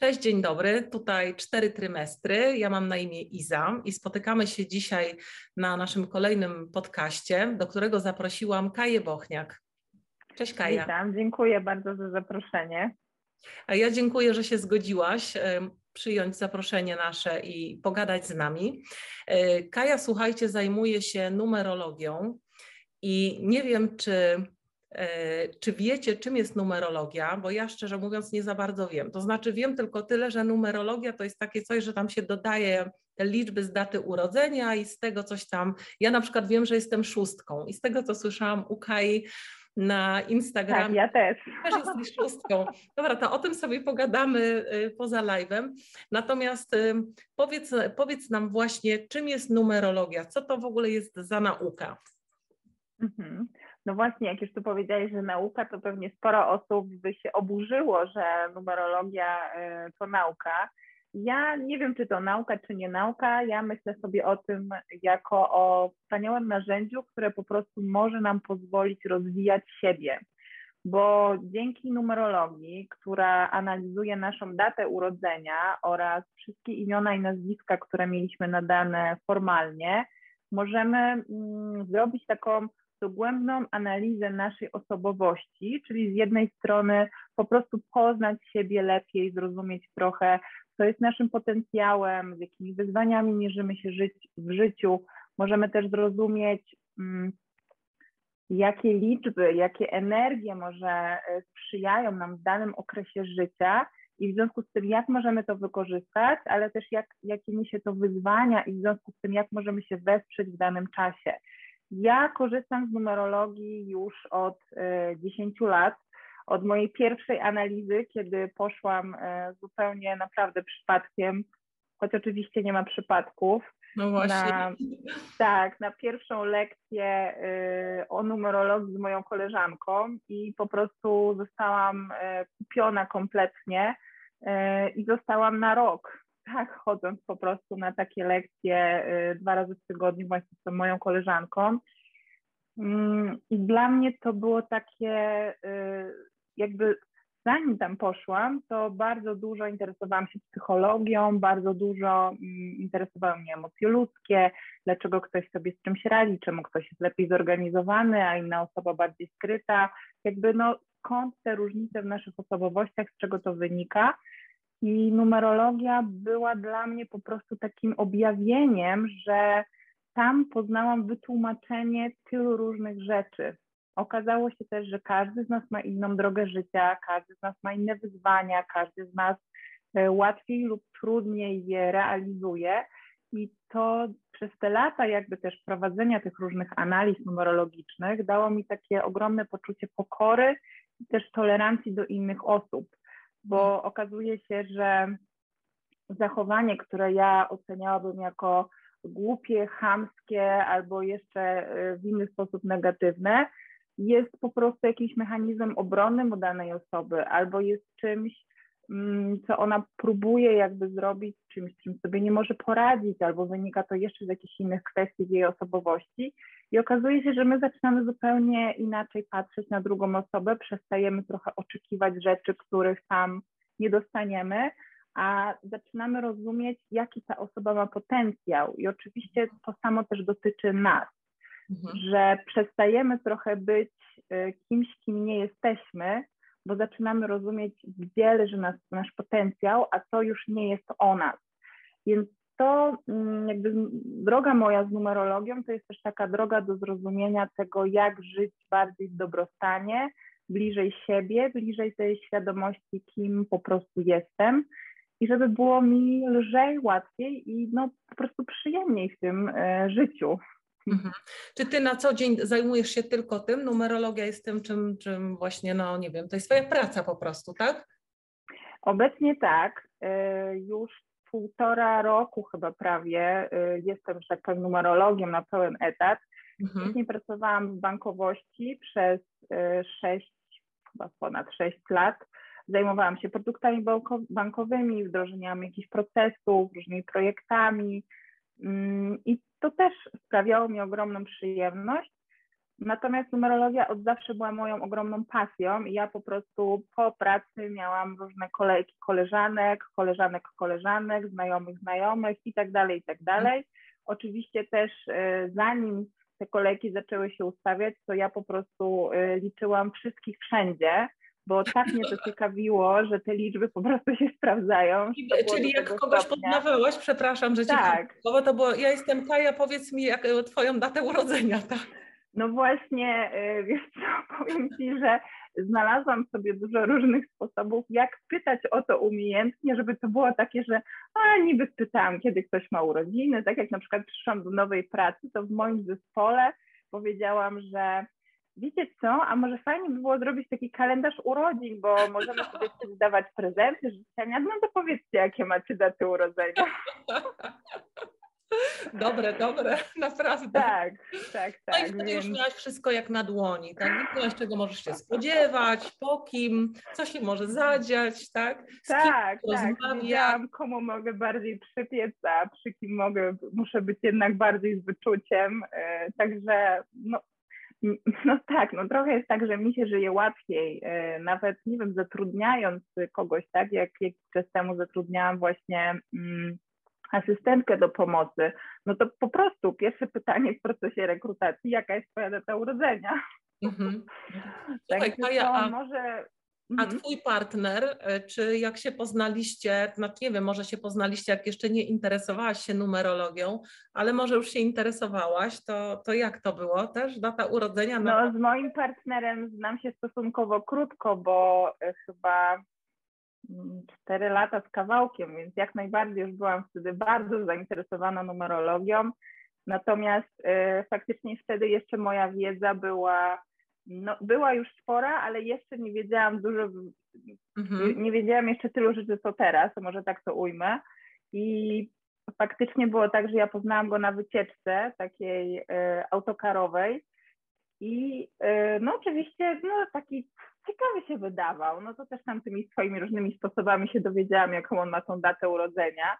Cześć, dzień dobry. Tutaj 4 trymestry. Ja mam na imię Iza i spotykamy się dzisiaj na naszym kolejnym podcaście, do którego zaprosiłam Kaję Bochniak. Cześć Kaja. Witam, dziękuję bardzo za zaproszenie. A ja dziękuję, że się zgodziłaś przyjąć zaproszenie nasze i pogadać z nami. Kaja, słuchajcie, zajmuje się numerologią i nie wiem, czy wiecie, czym jest numerologia, bo ja szczerze mówiąc nie za bardzo wiem. To znaczy wiem tylko tyle, że numerologia to jest takie coś, że tam się dodaje te liczby z daty urodzenia i z tego coś tam. Ja na przykład wiem, że jestem 6 i z tego, co słyszałam u Kai na Instagramie. Tak, ja też. Też jesteś 6. Dobra, to o tym sobie pogadamy poza live'em. Natomiast powiedz nam właśnie, czym jest numerologia? Co to w ogóle jest za nauka? No właśnie, jak już tu powiedziałeś, że nauka, to pewnie sporo osób by się oburzyło, że numerologia to nauka. Ja nie wiem, czy to nauka, czy nie nauka. Ja myślę sobie o tym jako o wspaniałym narzędziu, które po prostu może nam pozwolić rozwijać siebie. Bo dzięki numerologii, która analizuje naszą datę urodzenia oraz wszystkie imiona i nazwiska, które mieliśmy nadane formalnie, możemy zrobić taką dogłębną analizę naszej osobowości, czyli z jednej strony po prostu poznać siebie lepiej, zrozumieć trochę, co jest naszym potencjałem, z jakimi wyzwaniami mierzymy się w życiu. Możemy też zrozumieć, jakie liczby, jakie energie może sprzyjają nam w danym okresie życia i w związku z tym, jak możemy to wykorzystać, ale też jakie niesie to wyzwania i w związku z tym, jak możemy się wesprzeć w danym czasie. Ja korzystam z numerologii już od 10 lat, od mojej pierwszej analizy, kiedy poszłam zupełnie naprawdę przypadkiem, choć oczywiście nie ma przypadków. No właśnie. Na pierwszą lekcję o numerologii z moją koleżanką i po prostu zostałam kupiona kompletnie i zostałam na rok, tak, chodząc po prostu na takie lekcje 2 razy w tygodniu właśnie z tą moją koleżanką. I dla mnie to było takie jakby zanim tam poszłam, to bardzo dużo interesowałam się psychologią, bardzo dużo interesowały mnie emocje ludzkie, dlaczego ktoś sobie z czymś radzi, czemu ktoś jest lepiej zorganizowany, a inna osoba bardziej skryta. Skąd te różnice w naszych osobowościach, z czego to wynika. I numerologia była dla mnie po prostu takim objawieniem, że tam poznałam wytłumaczenie tylu różnych rzeczy. Okazało się też, że każdy z nas ma inną drogę życia, każdy z nas ma inne wyzwania, każdy z nas łatwiej lub trudniej je realizuje i to przez te lata jakby też prowadzenia tych różnych analiz numerologicznych dało mi takie ogromne poczucie pokory i też tolerancji do innych osób, bo okazuje się, że zachowanie, które ja oceniałabym jako głupie, chamskie albo jeszcze w inny sposób negatywne, jest po prostu jakimś mechanizmem obronnym u danej osoby albo jest czymś, co ona próbuje jakby zrobić, czymś, czym sobie nie może poradzić, albo wynika to jeszcze z jakichś innych kwestii w jej osobowości i okazuje się, że my zaczynamy zupełnie inaczej patrzeć na drugą osobę, przestajemy trochę oczekiwać rzeczy, których tam nie dostaniemy, a zaczynamy rozumieć, jaki ta osoba ma potencjał i oczywiście to samo też dotyczy nas, że przestajemy trochę być kimś, kim nie jesteśmy, bo zaczynamy rozumieć, gdzie leży nasz potencjał, a co już nie jest o nas. Więc to jakby droga moja z numerologią to jest też taka droga do zrozumienia tego, jak żyć bardziej w dobrostanie, bliżej siebie, bliżej tej świadomości, kim po prostu jestem i żeby było mi lżej, łatwiej i po prostu przyjemniej w tym życiu. Czy ty na co dzień zajmujesz się tylko tym? Numerologia jest tym, czym właśnie, nie wiem, to jest twoja praca po prostu, tak? Obecnie tak. Już 1,5 roku chyba prawie jestem, że tak powiem, numerologiem na pełen etat. Wcześniej pracowałam w bankowości przez chyba ponad 6 lat. Zajmowałam się produktami bankowymi, wdrożeniami jakichś procesów, różnymi projektami i to też sprawiało mi ogromną przyjemność, Natomiast numerologia od zawsze była moją ogromną pasją i ja po prostu po pracy miałam różne kolejki koleżanek, znajomych i tak dalej, i tak dalej. Oczywiście też zanim te kolejki zaczęły się ustawiać, to ja po prostu liczyłam wszystkich wszędzie, bo tak mnie to ciekawiło, że te liczby po prostu się sprawdzają. Czyli jak kogoś poznawałaś, przepraszam, że tak. To było, ja jestem Kaja, powiedz mi twoją datę urodzenia, tak? No właśnie, wiesz co, powiem Ci, że znalazłam sobie dużo różnych sposobów, jak pytać o to umiejętnie, żeby to było takie, że niby spytałam, kiedy ktoś ma urodziny, tak jak na przykład przyszłam do nowej pracy, to w moim zespole powiedziałam, że wiecie co, a może fajnie by było zrobić taki kalendarz urodzin, bo możemy sobie wtedy dawać prezenty, życzenia, no to powiedzcie, jakie macie daty urodzenia. Dobre, naprawdę. Tak. No i wtedy już miałaś wszystko jak na dłoni, tak? Wiedziałaś, czego możesz się spodziewać, po kim, co się może zadziać, tak? Tak. Wiedziałam, komu mogę bardziej przypiec, a przy kim muszę być jednak bardziej z wyczuciem. Także trochę jest tak, że mi się żyje łatwiej, nawet, nie wiem, zatrudniając kogoś, tak? Jak jakiś czas temu zatrudniałam właśnie asystentkę do pomocy, no to po prostu pierwsze pytanie w procesie rekrutacji, jaka jest twoja data urodzenia? Słuchaj, Kaja, może... A twój partner, czy jak się poznaliście, znaczy nie wiem, może się poznaliście, jak jeszcze nie interesowałaś się numerologią, ale może już się interesowałaś, to jak to było? Też data urodzenia? No z moim partnerem znam się stosunkowo krótko, bo chyba 4 lata z kawałkiem, więc jak najbardziej już byłam wtedy bardzo zainteresowana numerologią, natomiast faktycznie wtedy jeszcze moja wiedza była już spora, ale jeszcze nie wiedziałam dużo, nie wiedziałam jeszcze tylu rzeczy, co teraz, to może tak to ujmę. I faktycznie było tak, że ja poznałam go na wycieczce takiej autokarowej i no oczywiście taki ciekawy się wydawał, no to też tam tymi swoimi różnymi sposobami się dowiedziałam, jaką on ma tą datę urodzenia.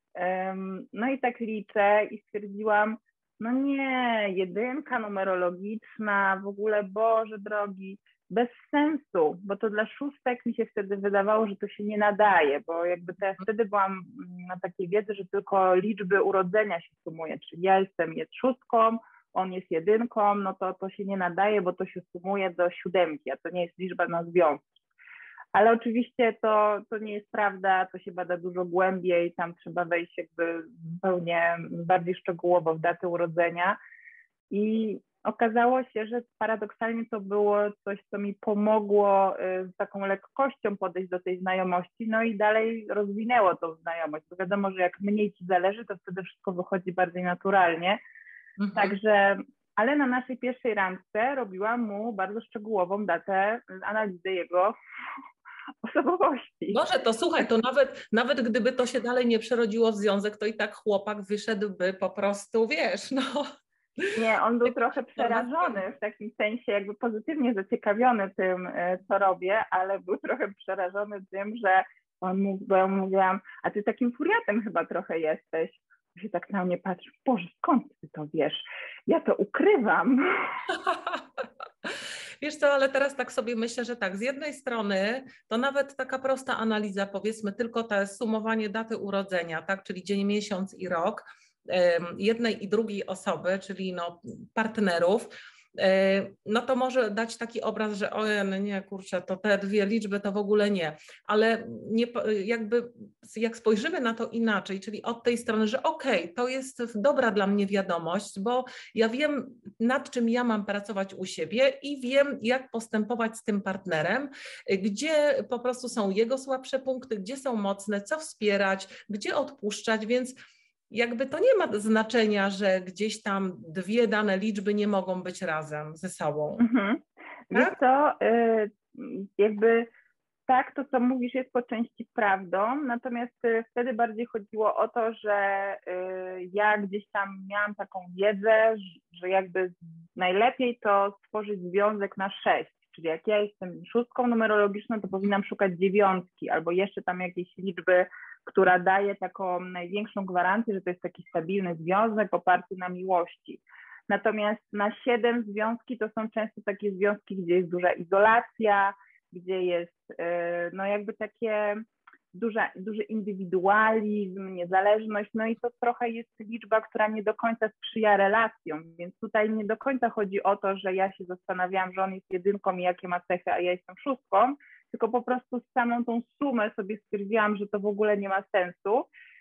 No i tak liczę i stwierdziłam, no nie, 1 numerologiczna, w ogóle, Boże drogi, bez sensu, bo to dla szóstek mi się wtedy wydawało, że to się nie nadaje, bo jakby wtedy byłam na takiej wiedzy, że tylko liczby urodzenia się sumuje, czyli ja jest szóstką, on jest 1, no to się nie nadaje, bo to się sumuje do 7, a to nie jest liczba na związki. Ale oczywiście to nie jest prawda, to się bada dużo głębiej, tam trzeba wejść jakby zupełnie bardziej szczegółowo w datę urodzenia i okazało się, że paradoksalnie to było coś, co mi pomogło z taką lekkością podejść do tej znajomości, no i dalej rozwinęło tą znajomość, bo wiadomo, że jak mniej ci zależy, to wtedy wszystko wychodzi bardziej naturalnie, także... Ale na naszej pierwszej randce robiłam mu bardzo szczegółową analizę jego osobowości. Może to słuchaj, to nawet gdyby to się dalej nie przerodziło w związek, to i tak chłopak wyszedłby po prostu, wiesz, no. Nie, on był trochę przerażony, w takim sensie jakby pozytywnie zaciekawiony tym, co robię, ale był trochę przerażony tym, że bo ja mówiłam, a ty takim furiatem chyba trochę jesteś. On się tak na mnie patrzy, Boże, skąd ty to wiesz? Ja to ukrywam. Wiesz co, ale teraz tak sobie myślę, że tak, z jednej strony to nawet taka prosta analiza, powiedzmy tylko to sumowanie daty urodzenia, tak, czyli dzień, miesiąc i rok jednej i drugiej osoby, czyli no, partnerów, no to może dać taki obraz, że nie, kurczę, to te 2 liczby to w ogóle nie, ale nie, jakby jak spojrzymy na to inaczej, czyli od tej strony, że okej, to jest dobra dla mnie wiadomość, bo ja wiem, nad czym ja mam pracować u siebie i wiem, jak postępować z tym partnerem, gdzie po prostu są jego słabsze punkty, gdzie są mocne, co wspierać, gdzie odpuszczać, więc jakby to nie ma znaczenia, że gdzieś tam 2 dane liczby nie mogą być razem ze sobą. Tak? Wiesz co, jakby tak, to co mówisz jest po części prawdą, natomiast wtedy bardziej chodziło o to, że ja gdzieś tam miałam taką wiedzę, że jakby najlepiej to stworzyć związek na 6, czyli jak ja jestem 6 numerologiczną, to powinnam szukać 9 albo jeszcze tam jakiejś liczby, która daje taką największą gwarancję, że to jest taki stabilny związek oparty na miłości. Natomiast na 7 związki to są często takie związki, gdzie jest duża izolacja, gdzie jest no jakby takie duży indywidualizm, niezależność, no i to trochę jest liczba, która nie do końca sprzyja relacjom, więc tutaj nie do końca chodzi o to, że ja się zastanawiałam, że on jest jedynką i jakie ma cechy, a ja jestem 6, tylko po prostu z samą tą sumę sobie stwierdziłam, że to w ogóle nie ma sensu,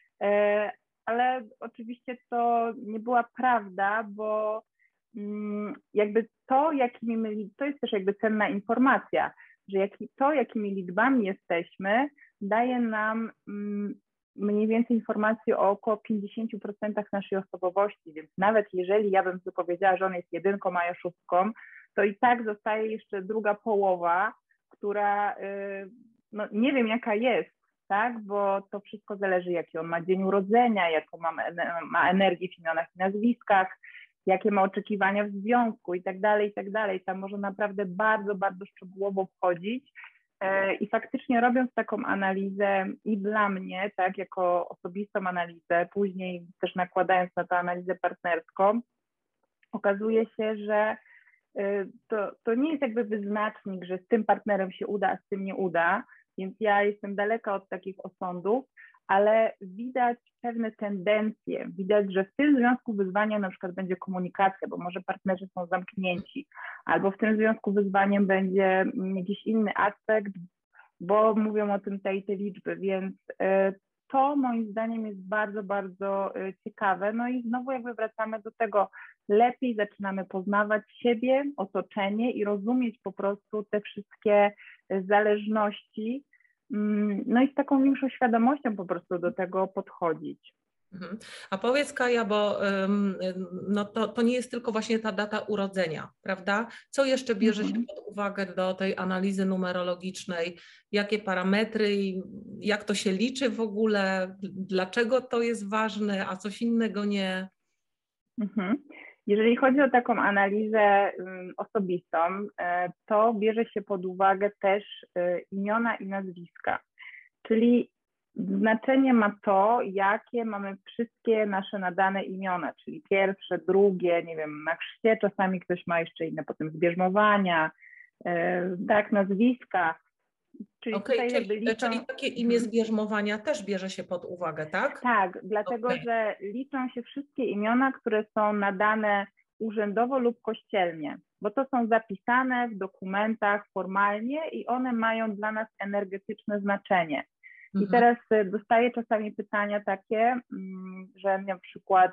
ale oczywiście to nie była prawda, bo jakby to, jakimi my, to jest też jakby cenna informacja, że jakimi liczbami jesteśmy, daje nam mniej więcej informacji o około 50% naszej osobowości, więc nawet jeżeli ja bym sobie powiedziała, że on jest jedynką, a ja 6, to i tak zostaje jeszcze druga połowa, która no, nie wiem jaka jest, tak, bo to wszystko zależy, jaki on ma dzień urodzenia, jaką ma energię w imionach i nazwiskach, jakie ma oczekiwania w związku i tak dalej, i tak dalej. Tam może naprawdę bardzo, bardzo szczegółowo wchodzić. I faktycznie robiąc taką analizę i dla mnie, tak, jako osobistą analizę, później też nakładając na to analizę partnerską, okazuje się, że to nie jest jakby wyznacznik, że z tym partnerem się uda, a z tym nie uda, więc ja jestem daleka od takich osądów, ale widać pewne tendencje, widać, że w tym związku wyzwaniem na przykład będzie komunikacja, bo może partnerzy są zamknięci, albo w tym związku wyzwaniem będzie jakiś inny aspekt, bo mówią o tym te i te liczby, więc to moim zdaniem jest bardzo, bardzo ciekawe. No i znowu jakby wracamy do tego, lepiej zaczynamy poznawać siebie, otoczenie i rozumieć po prostu te wszystkie zależności, no i z taką większą świadomością po prostu do tego podchodzić. A powiedz, Kaja, bo no to nie jest tylko właśnie ta data urodzenia, prawda? Co jeszcze bierze się pod uwagę do tej analizy numerologicznej? Jakie parametry, jak to się liczy w ogóle? Dlaczego to jest ważne, a coś innego nie? Jeżeli chodzi o taką analizę osobistą, to bierze się pod uwagę też imiona i nazwiska, czyli znaczenie ma to, jakie mamy wszystkie nasze nadane imiona, czyli pierwsze, drugie, nie wiem, na chrzcie czasami ktoś ma jeszcze inne, potem zbierzmowania, tak, nazwiska. Czyli, czyli takie imię zbierzmowania też bierze się pod uwagę, tak? Tak, dlatego że liczą się wszystkie imiona, które są nadane urzędowo lub kościelnie, bo to są zapisane w dokumentach formalnie i one mają dla nas energetyczne znaczenie. I teraz dostaję czasami pytania takie, że na przykład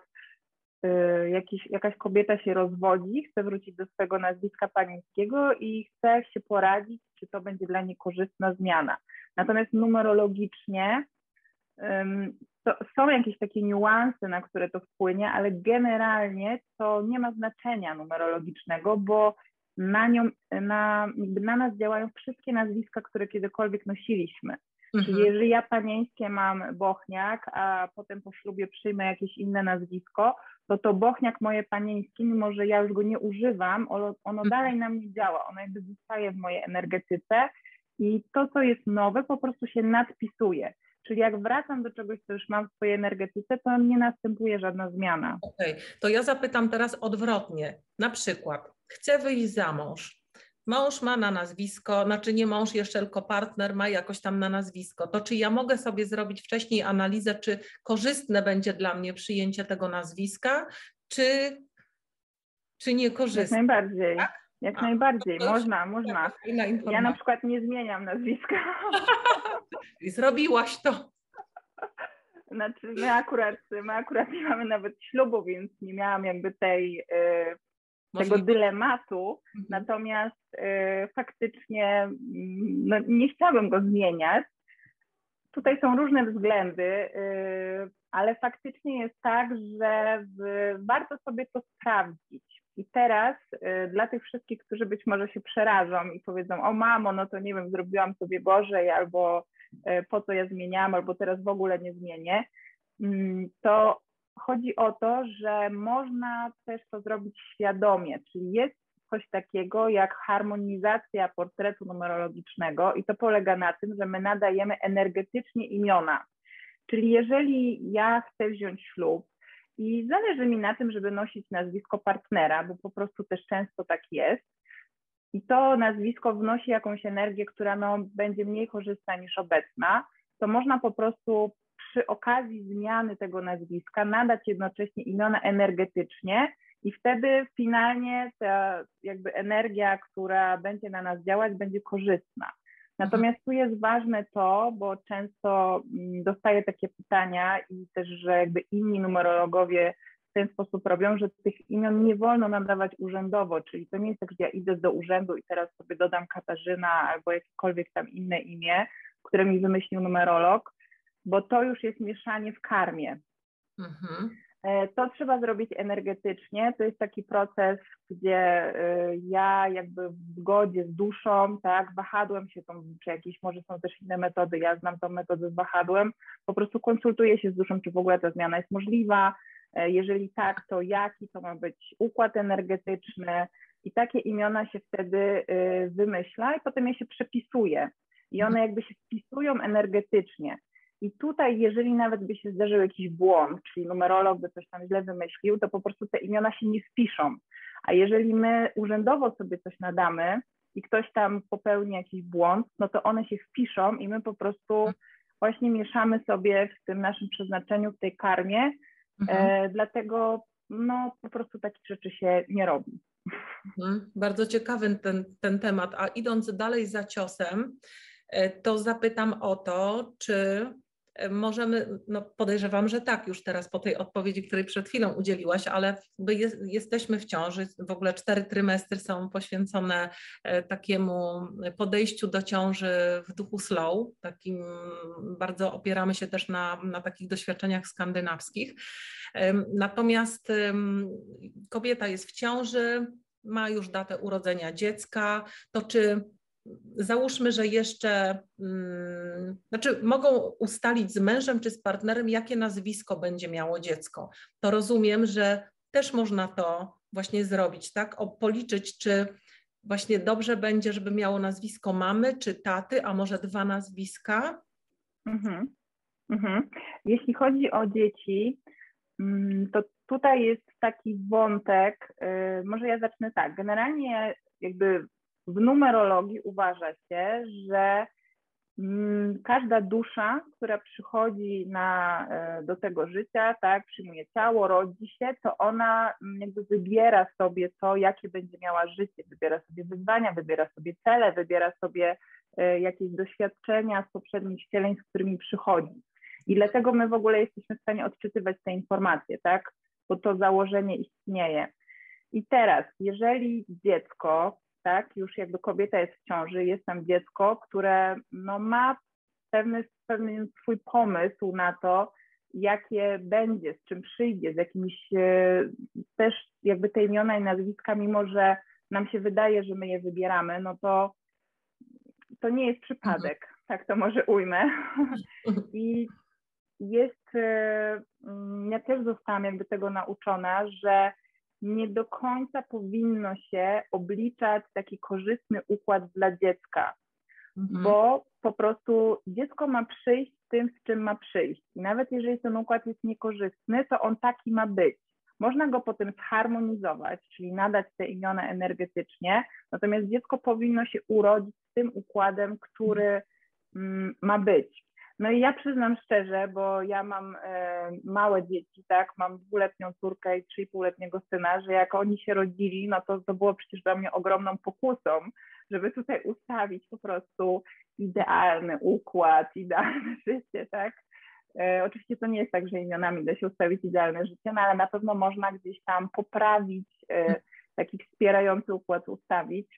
jakaś kobieta się rozwodzi, chce wrócić do swojego nazwiska panieńskiego i chce się poradzić, czy to będzie dla niej korzystna zmiana. Natomiast numerologicznie są jakieś takie niuanse, na które to wpłynie, ale generalnie to nie ma znaczenia numerologicznego, bo na nas działają wszystkie nazwiska, które kiedykolwiek nosiliśmy. Czyli jeżeli ja panieńskie mam Bochniak, a potem po ślubie przyjmę jakieś inne nazwisko, to Bochniak moje panieńskie, mimo że ja już go nie używam, ono dalej na mnie działa, ono jakby zostaje w mojej energetyce i to, co jest nowe, po prostu się nadpisuje. Czyli jak wracam do czegoś, co już mam w swojej energetyce, to nie następuje żadna zmiana. Okej, to ja zapytam teraz odwrotnie. Na przykład chcę wyjść za mąż. Mąż ma na nazwisko, znaczy nie mąż jeszcze, tylko partner ma jakoś tam na nazwisko. To czy ja mogę sobie zrobić wcześniej analizę, czy korzystne będzie dla mnie przyjęcie tego nazwiska, czy niekorzystne? Jak najbardziej. Tak? Jak najbardziej. Można. Ja na przykład nie zmieniam nazwiska. I zrobiłaś to. Znaczy my akurat nie mamy nawet ślubu, więc nie miałam jakby tego dylematu, natomiast faktycznie no, nie chciałabym go zmieniać. Tutaj są różne względy, ale faktycznie jest tak, że warto sobie to sprawdzić. I teraz dla tych wszystkich, którzy być może się przerażą i powiedzą, o mamo, no to nie wiem, zrobiłam sobie gorzej, albo po co ja zmieniałam, albo teraz w ogóle nie zmienię, to chodzi o to, że można też to zrobić świadomie, czyli jest coś takiego jak harmonizacja portretu numerologicznego i to polega na tym, że my nadajemy energetycznie imiona. Czyli jeżeli ja chcę wziąć ślub i zależy mi na tym, żeby nosić nazwisko partnera, bo po prostu też często tak jest. I to nazwisko wnosi jakąś energię, która no, będzie mniej korzystna niż obecna, to można po prostu przy okazji zmiany tego nazwiska nadać jednocześnie imiona energetycznie i wtedy finalnie ta jakby energia, która będzie na nas działać, będzie korzystna. Natomiast tu jest ważne to, bo często dostaję takie pytania i też, że jakby inni numerologowie w ten sposób robią, że tych imion nie wolno nadawać urzędowo, czyli to nie jest tak, że ja idę do urzędu i teraz sobie dodam Katarzyna albo jakiekolwiek tam inne imię, które mi wymyślił numerolog, bo to już jest mieszanie w karmie. To trzeba zrobić energetycznie, to jest taki proces, gdzie ja jakby w zgodzie z duszą, tak, wahadłem się, czy jakieś może są też inne metody, ja znam tą metodę z wahadłem, po prostu konsultuję się z duszą, czy w ogóle ta zmiana jest możliwa, jeżeli tak, to jaki to ma być układ energetyczny i takie imiona się wtedy wymyśla i potem je się przepisuje i one jakby się wpisują energetycznie. I tutaj, jeżeli nawet by się zdarzył jakiś błąd, czyli numerolog by coś tam źle wymyślił, to po prostu te imiona się nie wpiszą. A jeżeli my urzędowo sobie coś nadamy i ktoś tam popełni jakiś błąd, no to one się wpiszą i my po prostu właśnie mieszamy sobie w tym naszym przeznaczeniu, w tej karmie, dlatego no po prostu takich rzeczy się nie robi. Bardzo ciekawy ten temat, a idąc dalej za ciosem, to zapytam o to, czy możemy, no podejrzewam, że tak już teraz po tej odpowiedzi, której przed chwilą udzieliłaś, ale jesteśmy w ciąży, w ogóle 4 trymestry są poświęcone takiemu podejściu do ciąży w duchu slow, takim bardzo opieramy się też na takich doświadczeniach skandynawskich. Natomiast kobieta jest w ciąży, ma już datę urodzenia dziecka, to czy załóżmy, że jeszcze, znaczy mogą ustalić z mężem czy z partnerem, jakie nazwisko będzie miało dziecko. To rozumiem, że też można to właśnie zrobić, tak? Policzyć, czy właśnie dobrze będzie, żeby miało nazwisko mamy czy taty, a może 2 nazwiska? Jeśli chodzi o dzieci, to tutaj jest taki wątek, może ja zacznę tak, generalnie jakby w numerologii uważa się, że każda dusza, która przychodzi do tego życia, tak, przyjmuje ciało, rodzi się, to ona jakby wybiera sobie to, jakie będzie miała życie, wybiera sobie wyzwania, wybiera sobie cele, wybiera sobie jakieś doświadczenia z poprzednich wcieleń, z którymi przychodzi. I dlatego my w ogóle jesteśmy w stanie odczytywać te informacje, tak, bo to założenie istnieje. I teraz, jeżeli dziecko, tak, już jakby kobieta jest w ciąży, jest tam dziecko, które no, ma pewny swój pomysł na to, jakie będzie, z czym przyjdzie, z jakimiś też jakby te imiona i nazwiska, mimo że nam się wydaje, że my je wybieramy, no to nie jest przypadek, tak to może ujmę. I ja też zostałam jakby tego nauczona, że nie do końca powinno się obliczać taki korzystny układ dla dziecka, bo po prostu dziecko ma przyjść z tym, z czym ma przyjść. I nawet jeżeli ten układ jest niekorzystny, to on taki ma być. Można go potem zharmonizować, czyli nadać te imiona energetycznie, natomiast dziecko powinno się urodzić z tym układem, który ma być. No i ja przyznam szczerze, bo ja mam małe dzieci, tak, mam 2-letnią córkę i 3,5-letniego syna, że jak oni się rodzili, no to było przecież dla mnie ogromną pokusą, żeby tutaj ustawić po prostu idealny układ, idealne życie, tak. Oczywiście to nie jest tak, że imionami da się ustawić idealne życie, no ale na pewno można gdzieś tam poprawić, taki wspierający układ ustawić.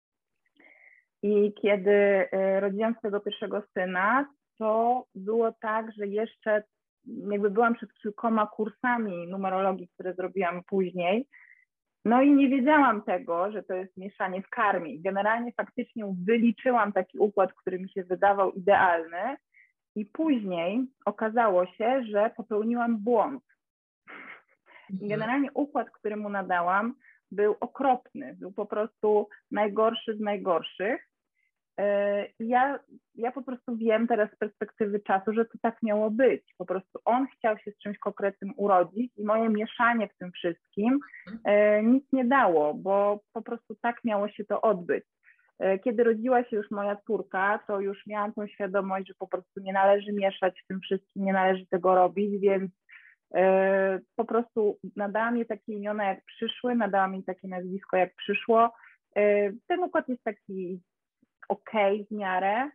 I kiedy rodziłam swojego pierwszego syna, to było tak, że jeszcze jakby byłam przed kilkoma kursami numerologii, które zrobiłam później, no i nie wiedziałam tego, że to jest mieszanie w karmie. Generalnie faktycznie wyliczyłam taki układ, który mi się wydawał idealny i później okazało się, że popełniłam błąd. I generalnie układ, który mu nadałam, był okropny, był po prostu najgorszy z najgorszych. Ja po prostu wiem teraz z perspektywy czasu, że to tak miało być. Po prostu on chciał się z czymś konkretnym urodzić i moje mieszanie w tym wszystkim nic nie dało, bo po prostu tak miało się to odbyć. Kiedy rodziła się już moja córka, to już miałam tą świadomość, że po prostu nie należy mieszać w tym wszystkim, nie należy tego robić, więc po prostu nadałam jej takie imiona, jak przyszły, nadałam jej takie nazwisko, jak przyszło. Ten układ jest taki okej w miarę.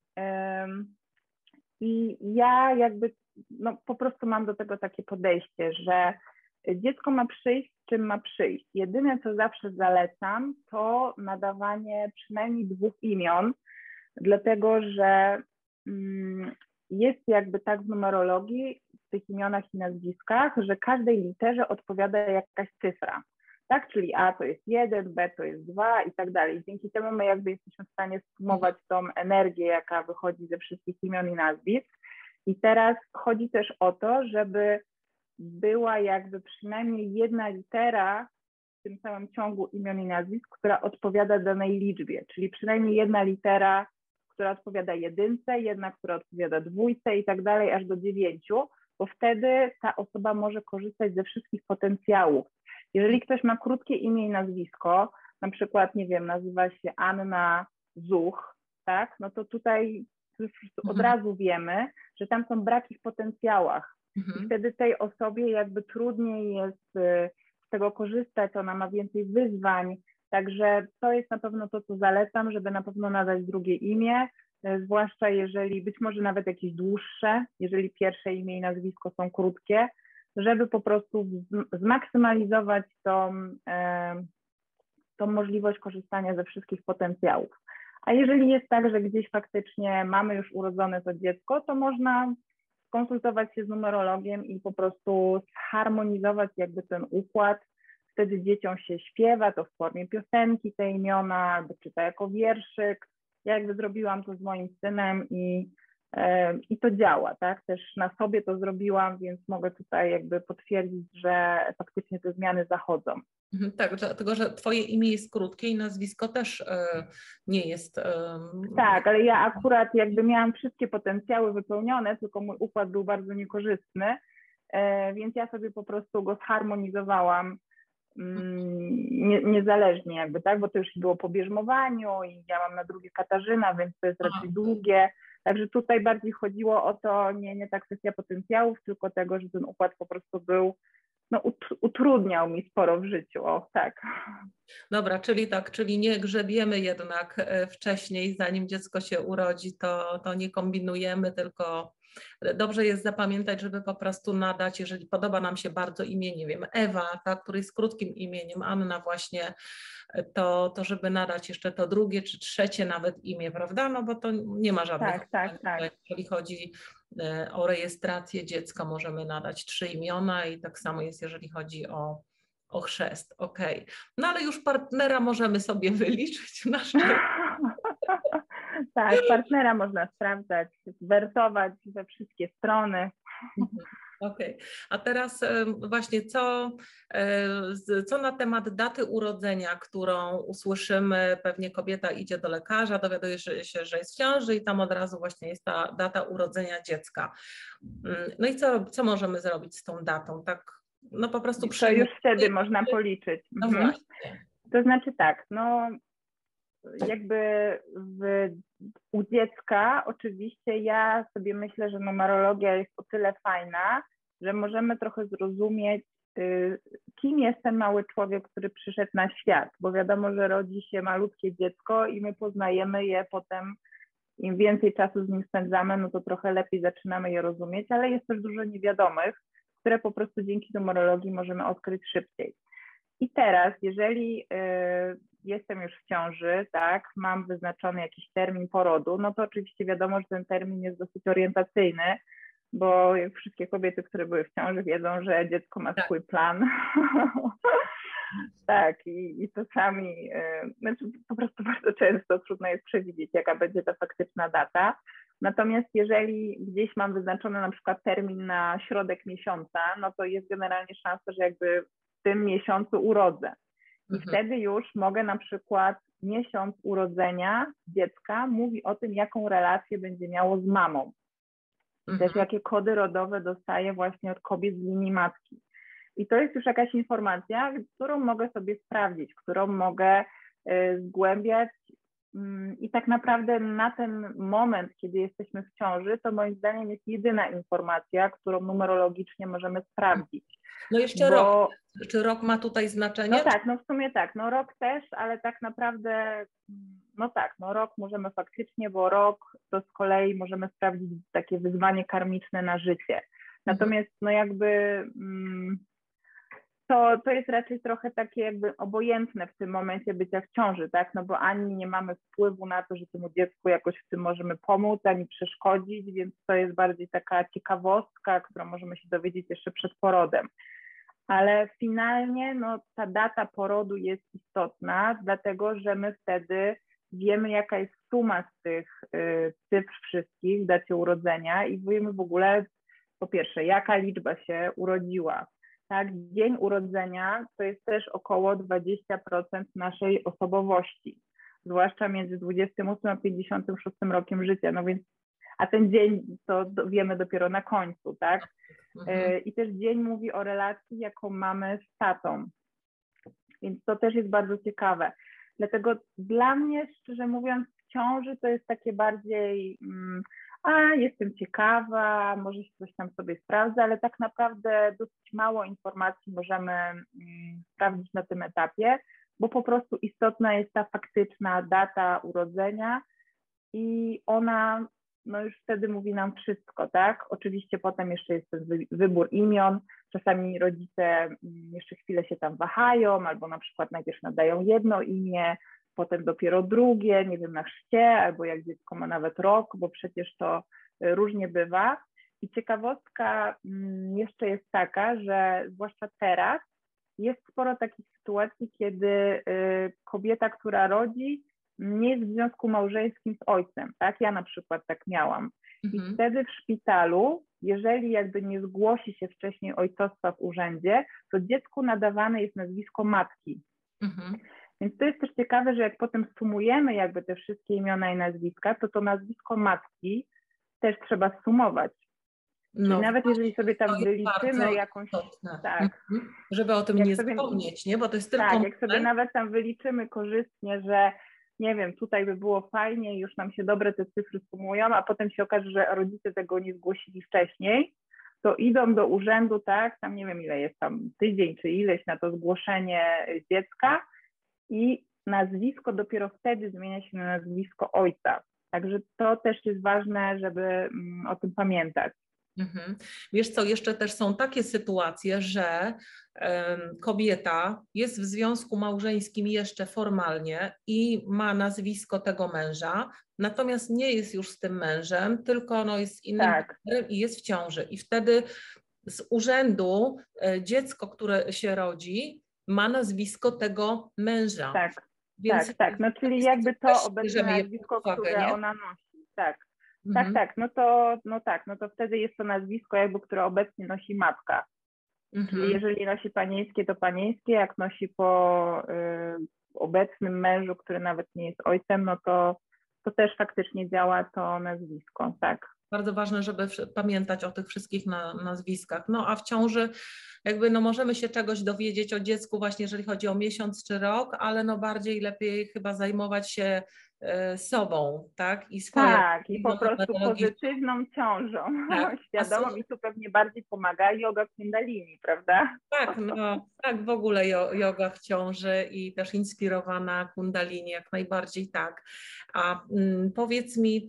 I ja jakby po prostu mam do tego takie podejście, że dziecko ma przyjść, z czym ma przyjść. Jedyne, co zawsze zalecam, to nadawanie przynajmniej 2 imion, dlatego że jest jakby tak w numerologii, w tych imionach i nazwiskach, że każdej literze odpowiada jakaś cyfra. Tak, czyli A to jest 1, B to jest 2 i tak dalej. Dzięki temu my jakby jesteśmy w stanie sumować tą energię, jaka wychodzi ze wszystkich imion i nazwisk. I teraz chodzi też o to, żeby była jakby przynajmniej jedna litera w tym samym ciągu imion i nazwisk, która odpowiada danej liczbie, czyli przynajmniej jedna litera, która odpowiada 1, jedna, która odpowiada 2 i tak dalej, aż do 9, bo wtedy ta osoba może korzystać ze wszystkich potencjałów. Jeżeli ktoś ma krótkie imię i nazwisko, na przykład, nie wiem, nazywa się Anna Zuch, tak, no to tutaj już od razu wiemy, że tam są braki w potencjałach. I wtedy tej osobie jakby trudniej jest z tego korzystać, ona ma więcej wyzwań, także to jest na pewno to, co zalecam, żeby na pewno nadać drugie imię, zwłaszcza jeżeli, być może nawet jakieś dłuższe, jeżeli pierwsze imię i nazwisko są krótkie, żeby po prostu zmaksymalizować tą możliwość korzystania ze wszystkich potencjałów. A jeżeli jest tak, że gdzieś faktycznie mamy już urodzone to dziecko, to można skonsultować się z numerologiem i po prostu zharmonizować jakby ten układ. Wtedy dzieciom się śpiewa, to w formie piosenki te imiona, albo czyta jako wierszyk. Ja jakby zrobiłam to z moim synem i to działa, tak? Też na sobie to zrobiłam, więc mogę tutaj jakby potwierdzić, że faktycznie te zmiany zachodzą. Tak, dlatego, że twoje imię jest krótkie i nazwisko też nie jest... Tak, ale ja akurat jakby miałam wszystkie potencjały wypełnione, tylko mój układ był bardzo niekorzystny, więc ja sobie po prostu go zharmonizowałam niezależnie jakby, tak, bo to już było po bierzmowaniu i ja mam na drugie Katarzyna, więc to jest raczej długie. Także tutaj bardziej chodziło o to, nie ta kwestia potencjałów, tylko tego, że ten układ po prostu był, utrudniał mi sporo w życiu, o tak. Dobra, czyli nie grzebiemy jednak wcześniej, zanim dziecko się urodzi, to nie kombinujemy, tylko dobrze jest zapamiętać, żeby po prostu nadać, jeżeli podoba nam się bardzo imię, nie wiem, Ewa, tak, który jest krótkim imieniem, Anna właśnie, to żeby nadać jeszcze to drugie czy trzecie nawet imię, prawda? No bo to nie ma żadnych tak. Jeżeli chodzi o rejestrację dziecka, możemy nadać 3 imiona i tak samo jest, jeżeli chodzi o chrzest, okej. No ale już partnera możemy sobie wyliczyć na szczęście. Tak, partnera można sprawdzać, wertować we wszystkie strony. Okej. A teraz właśnie co na temat daty urodzenia, którą usłyszymy, pewnie kobieta idzie do lekarza, dowiaduje się, że jest w ciąży i tam od razu właśnie jest ta data urodzenia dziecka. No i co możemy zrobić z tą datą? Tak, no po prostu To już wtedy można policzyć. No właśnie. To znaczy tak, jakby u dziecka oczywiście ja sobie myślę, że numerologia jest o tyle fajna, że możemy trochę zrozumieć, kim jest ten mały człowiek, który przyszedł na świat, bo wiadomo, że rodzi się malutkie dziecko i my poznajemy je potem, im więcej czasu z nim spędzamy, no to trochę lepiej zaczynamy je rozumieć, ale jest też dużo niewiadomych, które po prostu dzięki numerologii możemy odkryć szybciej. I teraz, jeżeli jestem już w ciąży, tak, mam wyznaczony jakiś termin porodu, no to oczywiście wiadomo, że ten termin jest dosyć orientacyjny, bo wszystkie kobiety, które były w ciąży, wiedzą, że dziecko ma swój plan. Tak, i czasami, znaczy po prostu bardzo często trudno jest przewidzieć, jaka będzie ta faktyczna data. Natomiast jeżeli gdzieś mam wyznaczony na przykład termin na środek miesiąca, no to jest generalnie szansa, że jakby w tym miesiącu urodzę. I wtedy już mogę na przykład miesiąc urodzenia dziecka mówi o tym, jaką relację będzie miało z mamą. I też jakie kody rodowe dostaje właśnie od kobiet z linii matki. I to jest już jakaś informacja, którą mogę sobie sprawdzić, którą mogę zgłębiać. I tak naprawdę na ten moment, kiedy jesteśmy w ciąży, to moim zdaniem jest jedyna informacja, którą numerologicznie możemy sprawdzić. No jeszcze rok. Czy rok ma tutaj znaczenie? No tak, no w sumie tak, no rok też, ale tak naprawdę, no tak, no rok możemy faktycznie, bo rok to z kolei możemy sprawdzić takie wyzwanie karmiczne na życie. Natomiast no jakby to jest raczej trochę takie jakby obojętne w tym momencie bycia w ciąży, tak, no bo ani nie mamy wpływu na to, że temu dziecku jakoś w tym możemy pomóc, ani przeszkodzić, więc to jest bardziej taka ciekawostka, którą możemy się dowiedzieć jeszcze przed porodem. Ale finalnie no, ta data porodu jest istotna, dlatego że my wtedy wiemy, jaka jest suma z tych cyfr wszystkich w dacie urodzenia i wiemy w ogóle, po pierwsze, jaka liczba się urodziła. Tak? Dzień urodzenia to jest też około 20% naszej osobowości, zwłaszcza między 28 a 56 rokiem życia, no więc, a ten dzień to wiemy dopiero na końcu, tak? I też dzień mówi o relacji, jaką mamy z tatą, więc to też jest bardzo ciekawe. Dlatego dla mnie, szczerze mówiąc, w ciąży to jest takie bardziej jestem ciekawa, może się coś tam sobie sprawdzę, ale tak naprawdę dosyć mało informacji możemy sprawdzić na tym etapie, bo po prostu istotna jest ta faktyczna data urodzenia i ona no już wtedy mówi nam wszystko, tak? Oczywiście potem jeszcze jest ten wybór imion, czasami rodzice jeszcze chwilę się tam wahają, albo na przykład najpierw nadają jedno imię, potem dopiero drugie, nie wiem, na chrzcie, albo jak dziecko ma nawet rok, bo przecież to różnie bywa. I ciekawostka jeszcze jest taka, że zwłaszcza teraz jest sporo takich sytuacji, kiedy kobieta, która rodzi, nie jest w związku małżeńskim z ojcem, tak? Ja na przykład tak miałam. I wtedy w szpitalu, jeżeli jakby nie zgłosi się wcześniej ojcostwa w urzędzie, to dziecku nadawane jest nazwisko matki. Więc to jest też ciekawe, że jak potem sumujemy jakby te wszystkie imiona i nazwiska, to nazwisko matki też trzeba sumować. Czyli nawet jeżeli sobie tam wyliczymy jakąś... Tak. Żeby o tym nie zapomnieć, nie? Bo to jest tylko... Tak, jak sobie nawet tam wyliczymy korzystnie, że nie wiem, tutaj by było fajnie, już nam się dobre te cyfry sumują, a potem się okaże, że rodzice tego nie zgłosili wcześniej, to idą do urzędu, tak, tam nie wiem ile jest tam tydzień czy ileś na to zgłoszenie dziecka i nazwisko dopiero wtedy zmienia się na nazwisko ojca. Także to też jest ważne, żeby o tym pamiętać. Wiesz co, jeszcze też są takie sytuacje, że kobieta jest w związku małżeńskim jeszcze formalnie i ma nazwisko tego męża, natomiast nie jest już z tym mężem, tylko no jest innym partnerem i jest w ciąży. I wtedy z urzędu dziecko, które się rodzi, ma nazwisko tego męża. Tak, więc tak. No czyli jakby to obecne nazwisko, które ona nosi. Tak. Tak, no to wtedy jest to nazwisko jakby, które obecnie nosi matka. Czyli jeżeli nosi panieńskie, to panieńskie, jak nosi po obecnym mężu, który nawet nie jest ojcem, no to też faktycznie działa to nazwisko, tak. Bardzo ważne, żeby pamiętać o tych wszystkich nazwiskach. No a w ciąży jakby no możemy się czegoś dowiedzieć o dziecku właśnie, jeżeli chodzi o miesiąc czy rok, ale no bardziej lepiej chyba zajmować się sobą, tak? I i po prostu pozytywną ciążą, świadomą i tu pewnie bardziej pomaga joga kundalini, prawda? Tak, no tak, w ogóle joga w ciąży i też inspirowana kundalini, jak najbardziej tak. A powiedz mi,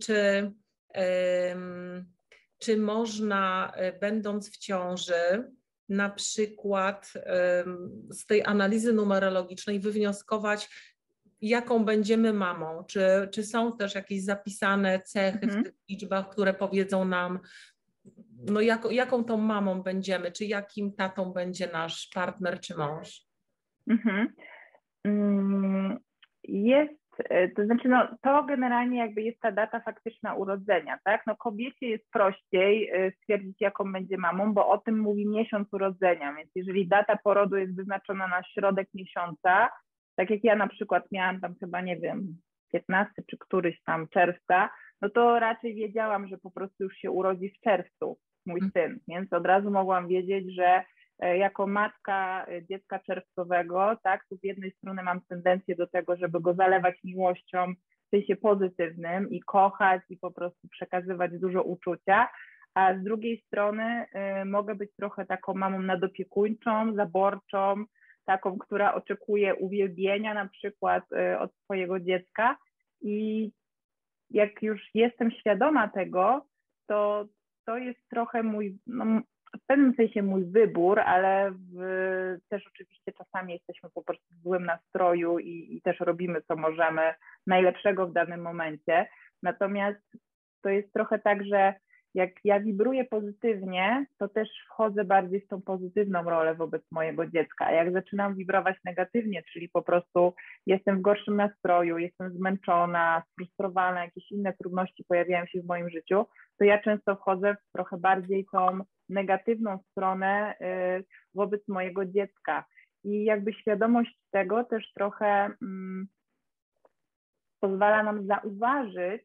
czy można, będąc w ciąży, na przykład z tej analizy numerologicznej wywnioskować, jaką będziemy mamą? Czy są też jakieś zapisane cechy w tych liczbach, które powiedzą nam, no jaką tą mamą będziemy, czy jakim tatą będzie nasz partner czy mąż? Jest, to znaczy no to generalnie jakby jest ta data faktyczna urodzenia, tak? No kobiecie jest prościej stwierdzić, jaką będzie mamą, bo o tym mówi miesiąc urodzenia, więc jeżeli data porodu jest wyznaczona na środek miesiąca, Tak jak ja na przykład miałam tam chyba, nie wiem, 15 czy któryś tam czerwca, no to raczej wiedziałam, że po prostu już się urodzi w czerwcu mój syn, więc od razu mogłam wiedzieć, że jako matka dziecka czerwcowego, tak, to z jednej strony mam tendencję do tego, żeby go zalewać miłością w sensie pozytywnym i kochać i po prostu przekazywać dużo uczucia, a z drugiej strony mogę być trochę taką mamą nadopiekuńczą, zaborczą, taką, która oczekuje uwielbienia na przykład od swojego dziecka i jak już jestem świadoma tego, to jest trochę mój, no, w pewnym sensie mój wybór, ale też oczywiście czasami jesteśmy po prostu w złym nastroju i też robimy co możemy najlepszego w danym momencie. Natomiast to jest trochę tak, że jak ja wibruję pozytywnie, to też wchodzę bardziej w tą pozytywną rolę wobec mojego dziecka. A jak zaczynam wibrować negatywnie, czyli po prostu jestem w gorszym nastroju, jestem zmęczona, sfrustrowana, jakieś inne trudności pojawiają się w moim życiu, to ja często wchodzę w trochę bardziej tą negatywną stronę wobec mojego dziecka. I jakby świadomość tego też trochę pozwala nam zauważyć,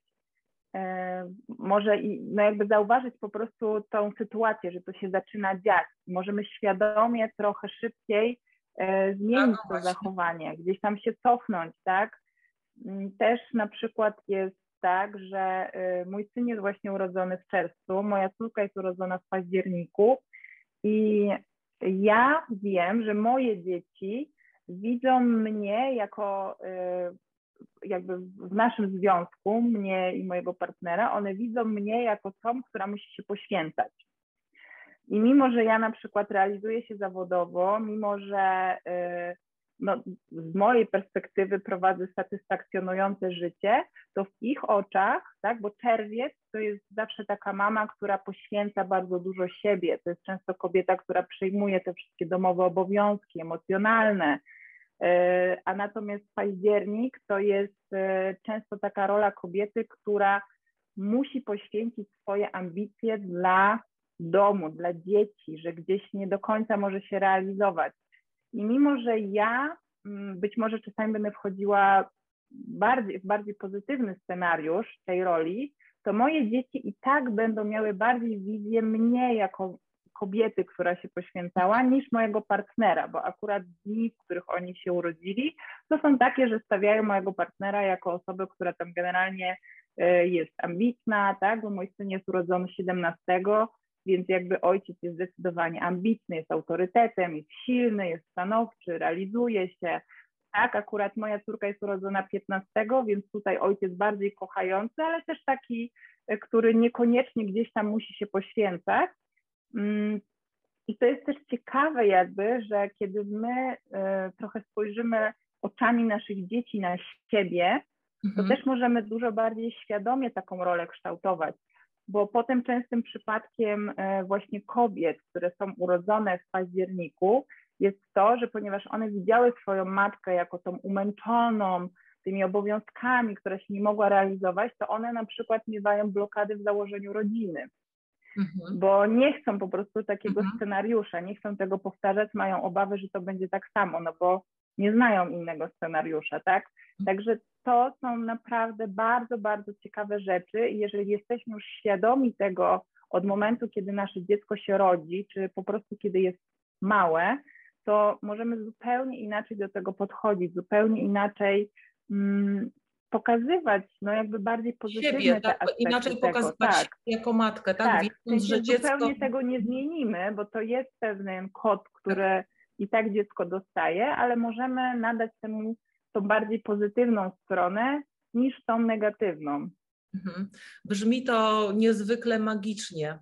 może no jakby zauważyć po prostu tą sytuację, że to się zaczyna dziać. Możemy świadomie trochę szybciej zmienić to zachowanie, gdzieś tam się cofnąć, tak? Też na przykład jest tak, że mój syn jest właśnie urodzony w czerwcu, moja córka jest urodzona w październiku i ja wiem, że moje dzieci widzą mnie jako jakby w naszym związku, mnie i mojego partnera, one widzą mnie jako tą, która musi się poświęcać. I mimo, że ja na przykład realizuję się zawodowo, mimo, że no, z mojej perspektywy prowadzę satysfakcjonujące życie, to w ich oczach, tak, bo czerwiec to jest zawsze taka mama, która poświęca bardzo dużo siebie. To jest często kobieta, która przejmuje te wszystkie domowe obowiązki emocjonalne, a natomiast październik to jest często taka rola kobiety, która musi poświęcić swoje ambicje dla domu, dla dzieci, że gdzieś nie do końca może się realizować. I mimo, że ja być może czasami będę wchodziła w bardziej pozytywny scenariusz tej roli, to moje dzieci i tak będą miały bardziej wizję mnie jako kobiety, która się poświęcała, niż mojego partnera, bo akurat dni, w których oni się urodzili, to są takie, że stawiają mojego partnera jako osobę, która tam generalnie jest ambitna, tak, bo mój syn jest urodzony 17, więc jakby ojciec jest zdecydowanie ambitny, jest autorytetem, jest silny, jest stanowczy, realizuje się. Tak, akurat moja córka jest urodzona 15, więc tutaj ojciec bardziej kochający, ale też taki, który niekoniecznie gdzieś tam musi się poświęcać. I to jest też ciekawe jakby, że kiedy my trochę spojrzymy oczami naszych dzieci na siebie, to też możemy dużo bardziej świadomie taką rolę kształtować, bo potem częstym przypadkiem właśnie kobiet, które są urodzone w październiku, jest to, że ponieważ one widziały swoją matkę jako tą umęczoną tymi obowiązkami, która się nie mogła realizować, to one na przykład miewają blokady w założeniu rodziny. Bo nie chcą po prostu takiego scenariusza, nie chcą tego powtarzać, mają obawy, że to będzie tak samo, no bo nie znają innego scenariusza, tak? Także to są naprawdę bardzo, bardzo ciekawe rzeczy i jeżeli jesteśmy już świadomi tego od momentu, kiedy nasze dziecko się rodzi, czy po prostu kiedy jest małe, to możemy zupełnie inaczej do tego podchodzić, zupełnie inaczej pokazywać, no jakby bardziej pozytywne siebie, te tak, aspekty inaczej tego. pokazywać Tak. jako matkę, tak? Tak, Wiedząc, że dziecko... zupełnie tego nie zmienimy, bo to jest pewien kod, który i tak dziecko dostaje, ale możemy nadać temu tą bardziej pozytywną stronę niż tą negatywną. Brzmi to niezwykle magicznie.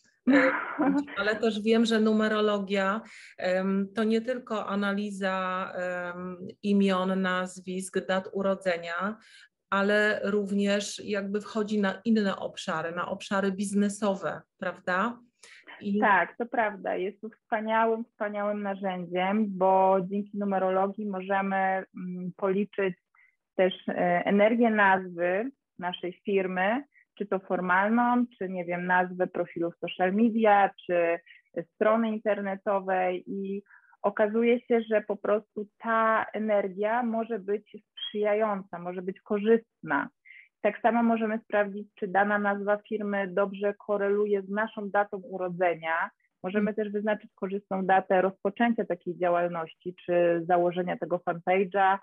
Ale też wiem, że numerologia to nie tylko analiza imion, nazwisk, dat urodzenia, ale również jakby wchodzi na inne obszary, na obszary biznesowe, prawda? Tak, to prawda. Jest to wspaniałym narzędziem, bo dzięki numerologii możemy policzyć też energię nazwy naszej firmy, czy to formalną, czy nie wiem, nazwę profilu w social media, czy strony internetowej i okazuje się, że po prostu ta energia może być sprzyjająca, może być korzystna. Tak samo możemy sprawdzić, czy dana nazwa firmy dobrze koreluje z naszą datą urodzenia. Możemy też wyznaczyć korzystną datę rozpoczęcia takiej działalności, czy założenia tego fanpage'a.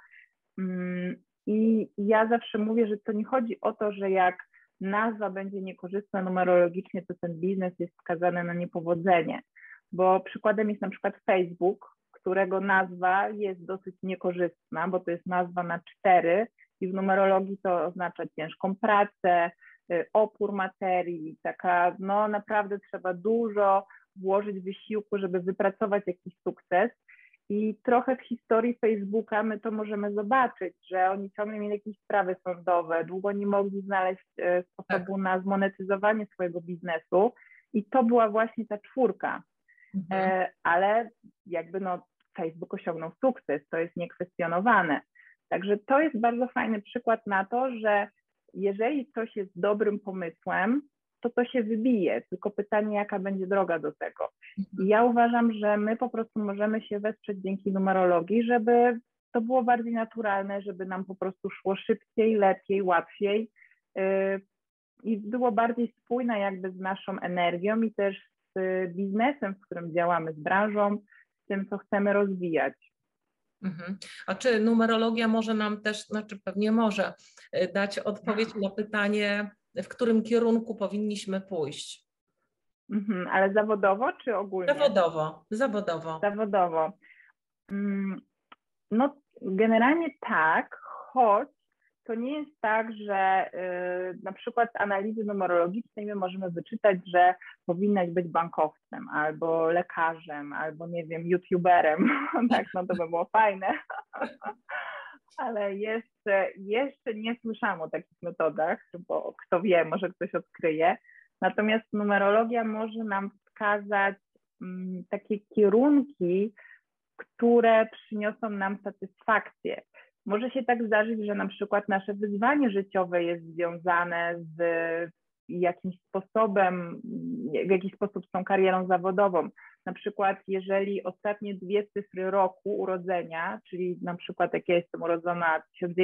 I ja zawsze mówię, że to nie chodzi o to, że jak nazwa będzie niekorzystna numerologicznie, to ten biznes jest skazany na niepowodzenie. Bo przykładem jest na przykład Facebook, którego nazwa jest dosyć niekorzystna, bo to jest nazwa na 4 i w numerologii to oznacza ciężką pracę, opór materii, taka no naprawdę trzeba dużo włożyć wysiłku, żeby wypracować jakiś sukces. I trochę w historii Facebooka my to możemy zobaczyć, że oni ciągle mieli jakieś sprawy sądowe, długo nie mogli znaleźć sposobu na zmonetyzowanie swojego biznesu i to była właśnie ta 4. Ale jakby no Facebook osiągnął sukces, to jest niekwestionowane. Także to jest bardzo fajny przykład na to, że jeżeli coś jest dobrym pomysłem, to się wybije, tylko pytanie, jaka będzie droga do tego. I ja uważam, że my po prostu możemy się wesprzeć dzięki numerologii, żeby to było bardziej naturalne, żeby nam po prostu szło szybciej, lepiej, łatwiej i było bardziej spójne jakby z naszą energią i też z biznesem, w którym działamy, z branżą, z tym, co chcemy rozwijać. A czy numerologia może nam też, znaczy pewnie może, dać odpowiedź na pytanie, w którym kierunku powinniśmy pójść? Ale zawodowo czy ogólnie? Zawodowo. Zawodowo. No generalnie tak, choć to nie jest tak, że na przykład z analizy numerologicznej my możemy wyczytać, że powinnaś być bankowcem, albo lekarzem, albo nie wiem, youtuberem. Tak, no to by było fajne. Ale jeszcze nie słyszałam o takich metodach, bo kto wie, może ktoś odkryje. Natomiast numerologia może nam wskazać takie kierunki, które przyniosą nam satysfakcję. Może się tak zdarzyć, że na przykład nasze wyzwanie życiowe jest związane z jakimś sposobem, w jakiś sposób z tą karierą zawodową. Na przykład jeżeli ostatnie 2 cyfry roku urodzenia, czyli na przykład jak ja jestem urodzona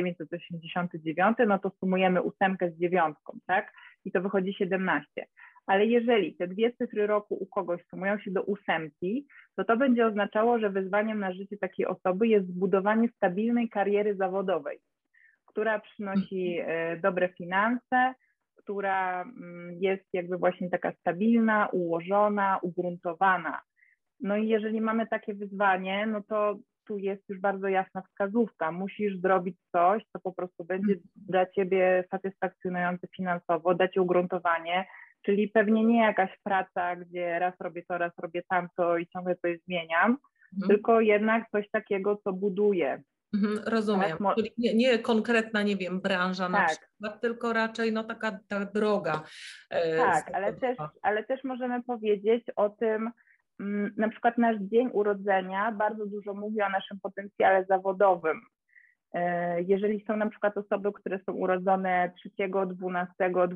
1989, no to sumujemy 8 z 9, tak? I to wychodzi 17. Ale jeżeli te 2 cyfry roku u kogoś sumują się do 8, to będzie oznaczało, że wyzwaniem na życie takiej osoby jest zbudowanie stabilnej kariery zawodowej, która przynosi dobre finanse, która jest jakby właśnie taka stabilna, ułożona, ugruntowana. No i jeżeli mamy takie wyzwanie, no to tu jest już bardzo jasna wskazówka. Musisz zrobić coś, co po prostu będzie dla ciebie satysfakcjonujące finansowo, da ci ugruntowanie, czyli pewnie nie jakaś praca, gdzie raz robię to, raz robię tamto i ciągle coś zmieniam, tylko jednak coś takiego, co buduje. Rozumiem. Tak? Czyli nie konkretna, nie wiem, branża na Tak. przykład, tylko raczej no taka ta droga. Tak, ale też możemy powiedzieć o tym, na przykład nasz dzień urodzenia bardzo dużo mówi o naszym potencjale zawodowym. Jeżeli są na przykład osoby, które są urodzone 3, 12,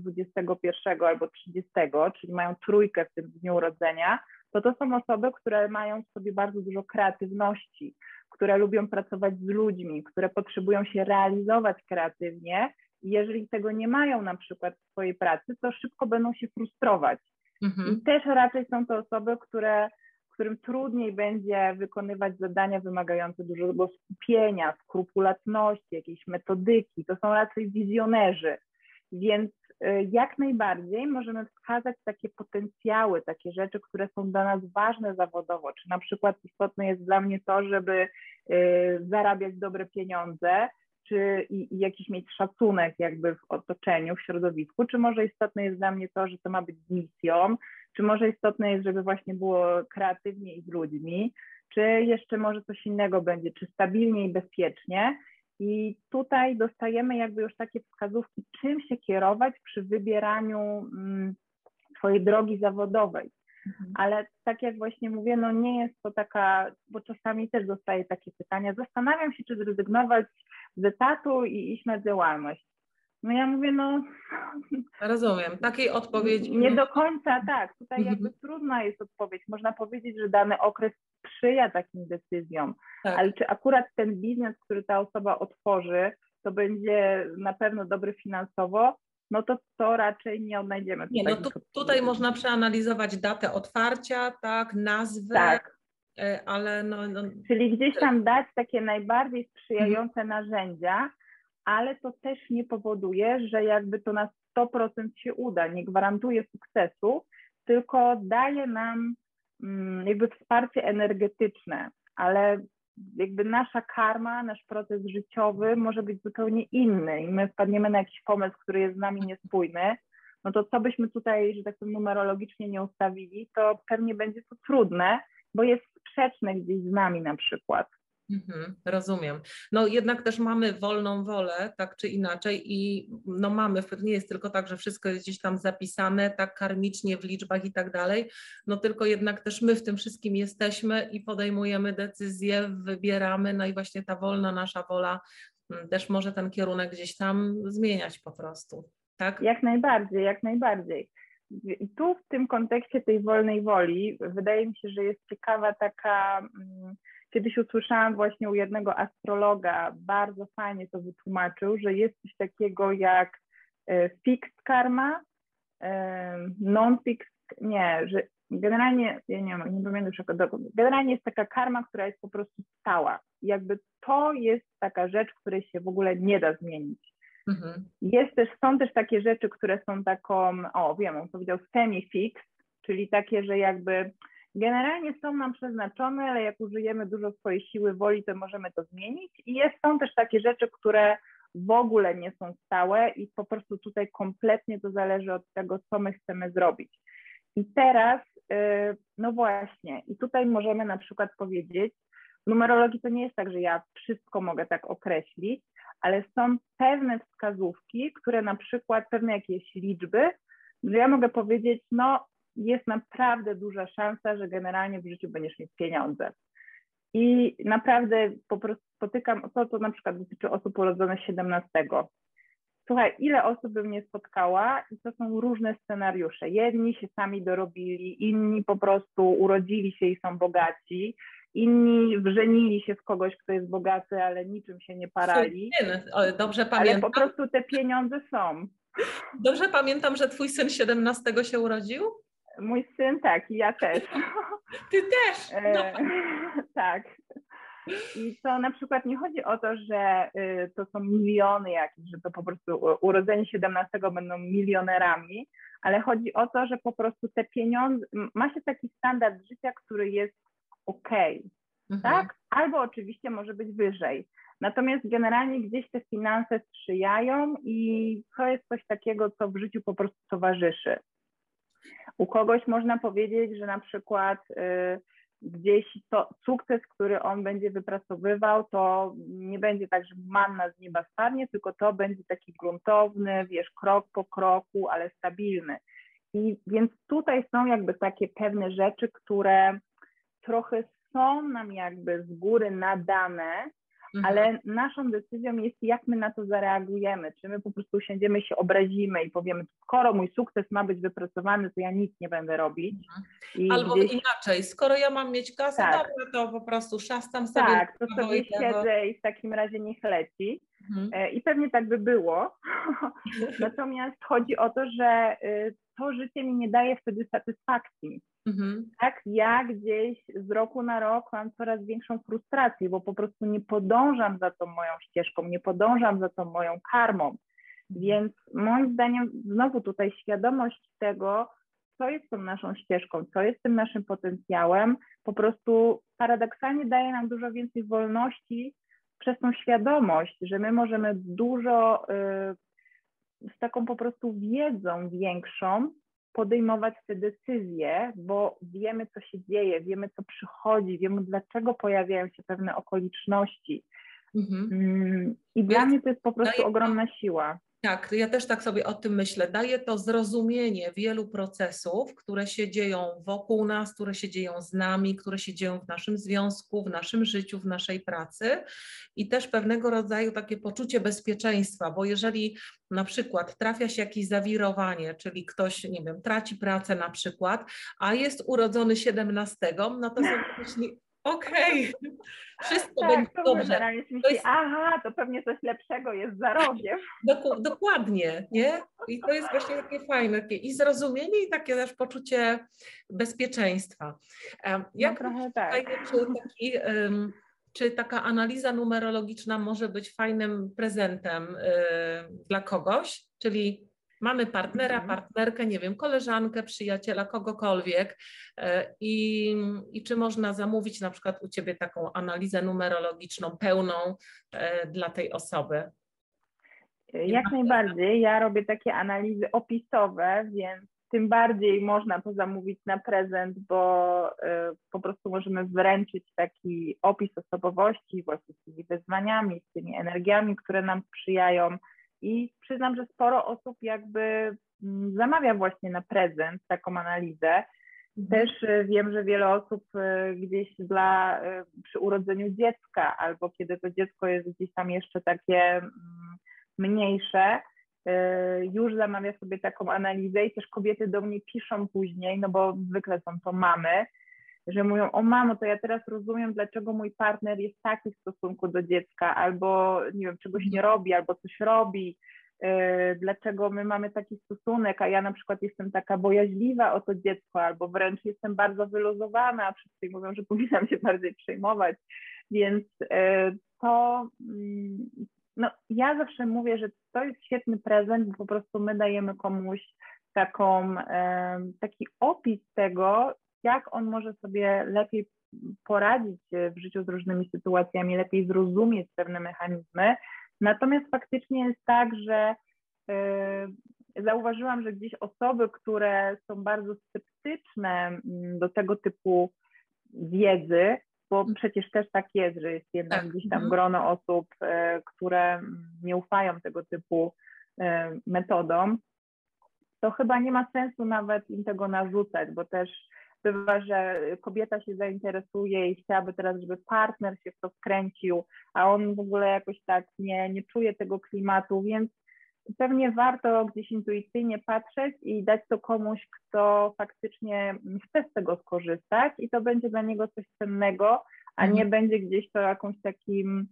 21 albo 30, czyli mają 3 w tym dniu urodzenia, to są osoby, które mają w sobie bardzo dużo kreatywności, które lubią pracować z ludźmi, które potrzebują się realizować kreatywnie i jeżeli tego nie mają na przykład w swojej pracy, to szybko będą się frustrować. I też raczej są to osoby, którym trudniej będzie wykonywać zadania wymagające dużego skupienia, skrupulatności, jakiejś metodyki. To są raczej wizjonerzy. Więc jak najbardziej możemy wskazać takie potencjały, takie rzeczy, które są dla nas ważne zawodowo. Czy na przykład istotne jest dla mnie to, żeby zarabiać dobre pieniądze, czy jakiś mieć szacunek jakby w otoczeniu, w środowisku, czy może istotne jest dla mnie to, że to ma być z misją, czy może istotne jest, żeby właśnie było kreatywnie i z ludźmi, czy jeszcze może coś innego będzie, czy stabilnie i bezpiecznie. I tutaj dostajemy jakby już takie wskazówki, czym się kierować przy wybieraniu swojej drogi zawodowej. Ale tak jak właśnie mówię, no nie jest to taka, bo czasami też dostaję takie pytania, zastanawiam się, czy zrezygnować z etatu i iść na działalność. No ja mówię, no Rozumiem. Takiej odpowiedzi nie do końca tak. Tutaj jakby trudna jest odpowiedź. Można powiedzieć, że dany okres sprzyja takim decyzjom, tak. ale czy akurat ten biznes, który ta osoba otworzy, to będzie na pewno dobry finansowo, no to raczej nie odnajdziemy. Nie, no tutaj można przeanalizować datę otwarcia, tak, nazwę, tak. Ale Czyli gdzieś tam dać takie najbardziej sprzyjające narzędzia, ale to też nie powoduje, że jakby to na 100% się uda, nie gwarantuje sukcesu, tylko daje nam jakby wsparcie energetyczne, ale jakby nasza karma, nasz proces życiowy może być zupełnie inny i my wpadniemy na jakiś pomysł, który jest z nami niespójny, no to co byśmy tutaj, że tak powiem, numerologicznie nie ustawili, to pewnie będzie to trudne, bo jest sprzeczne gdzieś z nami na przykład. Rozumiem. No jednak też mamy wolną wolę, tak czy inaczej i no mamy, nie jest tylko tak, że wszystko jest gdzieś tam zapisane, tak karmicznie w liczbach i tak dalej, no tylko jednak też my w tym wszystkim jesteśmy i podejmujemy decyzje, wybieramy, no i właśnie ta wolna nasza wola też może ten kierunek gdzieś tam zmieniać po prostu, tak? Jak najbardziej, jak najbardziej. I tu w tym kontekście tej wolnej woli wydaje mi się, że jest ciekawa taka, kiedyś usłyszałam właśnie u jednego astrologa, bardzo fajnie to wytłumaczył, że jest coś takiego jak fixed karma, non-fixed, nie, że generalnie, ja nie pamiętam generalnie jest taka karma, która jest po prostu stała. Jakby to jest taka rzecz, której się w ogóle nie da zmienić. Są też takie rzeczy, które są taką, on powiedział semi-fixed, czyli takie, że jakby generalnie są nam przeznaczone, ale jak użyjemy dużo swojej siły woli, to możemy to zmienić. I są też takie rzeczy, które w ogóle nie są stałe i po prostu tutaj kompletnie to zależy od tego, co my chcemy zrobić. I teraz, no właśnie, i tutaj możemy na przykład powiedzieć, w numerologii to nie jest tak, że ja wszystko mogę tak określić, ale są pewne wskazówki, które na przykład, pewne jakieś liczby, że ja mogę powiedzieć, no jest naprawdę duża szansa, że generalnie w życiu będziesz mieć pieniądze. I naprawdę po prostu spotykam, to na przykład dotyczy osób urodzonych 17. Słuchaj, ile osób bym nie spotkała i to są różne scenariusze. Jedni się sami dorobili, inni po prostu urodzili się i są bogaci, inni wżenili się w kogoś, kto jest bogaty, ale niczym się nie parali. Dobrze pamiętam. Ale po prostu te pieniądze są. Dobrze pamiętam, że twój syn 17 się urodził? Mój syn tak, i ja też. Ty też? No. Tak. I to na przykład nie chodzi o to, że to są miliony jakieś, że to po prostu urodzeni 17 będą milionerami, ale chodzi o to, że po prostu te pieniądze, ma się taki standard życia, który jest okej, tak? Albo oczywiście może być wyżej. Natomiast generalnie gdzieś te finanse sprzyjają i to jest coś takiego, co w życiu po prostu towarzyszy. U kogoś można powiedzieć, że na przykład gdzieś to sukces, który on będzie wypracowywał, to nie będzie tak, że manna z nieba spadnie, tylko to będzie taki gruntowny, wiesz, krok po kroku, ale stabilny. I więc tutaj są jakby takie pewne rzeczy, które trochę są nam jakby z góry nadane, ale naszą decyzją jest, jak my na to zareagujemy. Czy my po prostu usiądziemy, się obrazimy i powiemy, skoro mój sukces ma być wypracowany, to ja nic nie będę robić. Albo inaczej, skoro ja mam mieć kasę, tak, dobra, to po prostu szastam sobie. Tak, to sobie siedzę i w takim razie niech leci. I pewnie tak by było. Natomiast chodzi o to, że to życie mi nie daje wtedy satysfakcji. Tak, ja gdzieś z roku na rok mam coraz większą frustrację, bo po prostu nie podążam za tą moją ścieżką, nie podążam za tą moją karmą. Więc moim zdaniem znowu tutaj świadomość tego, co jest tą naszą ścieżką, co jest tym naszym potencjałem, po prostu paradoksalnie daje nam dużo więcej wolności przez tą świadomość, że my możemy dużo z taką po prostu wiedzą większą podejmować te decyzje, bo wiemy, co się dzieje, wiemy, co przychodzi, wiemy, dlaczego pojawiają się pewne okoliczności. I dla mnie to jest po prostu ogromna siła. Tak, ja też tak sobie o tym myślę. Daje to zrozumienie wielu procesów, które się dzieją wokół nas, które się dzieją z nami, które się dzieją w naszym związku, w naszym życiu, w naszej pracy i też pewnego rodzaju takie poczucie bezpieczeństwa, bo jeżeli na przykład trafia się jakieś zawirowanie, czyli ktoś, nie wiem, traci pracę na przykład, a jest urodzony 17, no to sobie myśli, okej, wszystko będzie Tak, to dobrze. generalnie się To myśli, jest aha, to pewnie coś lepszego jest za rogiem. Dokładnie, nie? I to jest właśnie takie fajne takie i zrozumienie, i takie też poczucie bezpieczeństwa. No Jak trochę myślisz, tak. Fajnie, czy taka analiza numerologiczna może być fajnym prezentem dla kogoś? Czyli mamy partnera, Mhm. partnerkę, nie wiem, koleżankę, przyjaciela, kogokolwiek i czy można zamówić na przykład u Ciebie taką analizę numerologiczną pełną dla tej osoby? Nie Jak ma. najbardziej. Ja robię takie analizy opisowe, więc tym bardziej można to zamówić na prezent, bo po prostu możemy wręczyć taki opis osobowości właśnie z tymi wyzwaniami, z tymi energiami, które nam sprzyjają. I przyznam, że sporo osób jakby zamawia właśnie na prezent taką analizę. Też wiem, że wiele osób gdzieś przy urodzeniu dziecka albo kiedy to dziecko jest gdzieś tam jeszcze takie mniejsze, już zamawia sobie taką analizę i też kobiety do mnie piszą później, no bo zwykle są to mamy, że mówią, o mamo, to ja teraz rozumiem, dlaczego mój partner jest taki w stosunku do dziecka, albo nie wiem, czegoś nie robi, albo coś robi, dlaczego my mamy taki stosunek, a ja na przykład jestem taka bojaźliwa o to dziecko, albo wręcz jestem bardzo wyluzowana, a wszyscy mówią, że powinnam się bardziej przejmować, więc to no, ja zawsze mówię, że to jest świetny prezent, bo po prostu my dajemy komuś taki opis tego, jak on może sobie lepiej poradzić w życiu z różnymi sytuacjami, lepiej zrozumieć pewne mechanizmy. Natomiast faktycznie jest tak, że zauważyłam, że gdzieś osoby, które są bardzo sceptyczne do tego typu wiedzy, bo przecież też tak jest, że jest jednak Tak. gdzieś tam grono osób, które nie ufają tego typu metodom, to chyba nie ma sensu nawet im tego narzucać, bo też bywa, że kobieta się zainteresuje i chciałaby teraz, żeby partner się w to wkręcił, a on w ogóle jakoś tak nie czuje tego klimatu, więc pewnie warto gdzieś intuicyjnie patrzeć i dać to komuś, kto faktycznie chce z tego skorzystać i to będzie dla niego coś cennego, a nie będzie gdzieś to jakąś takim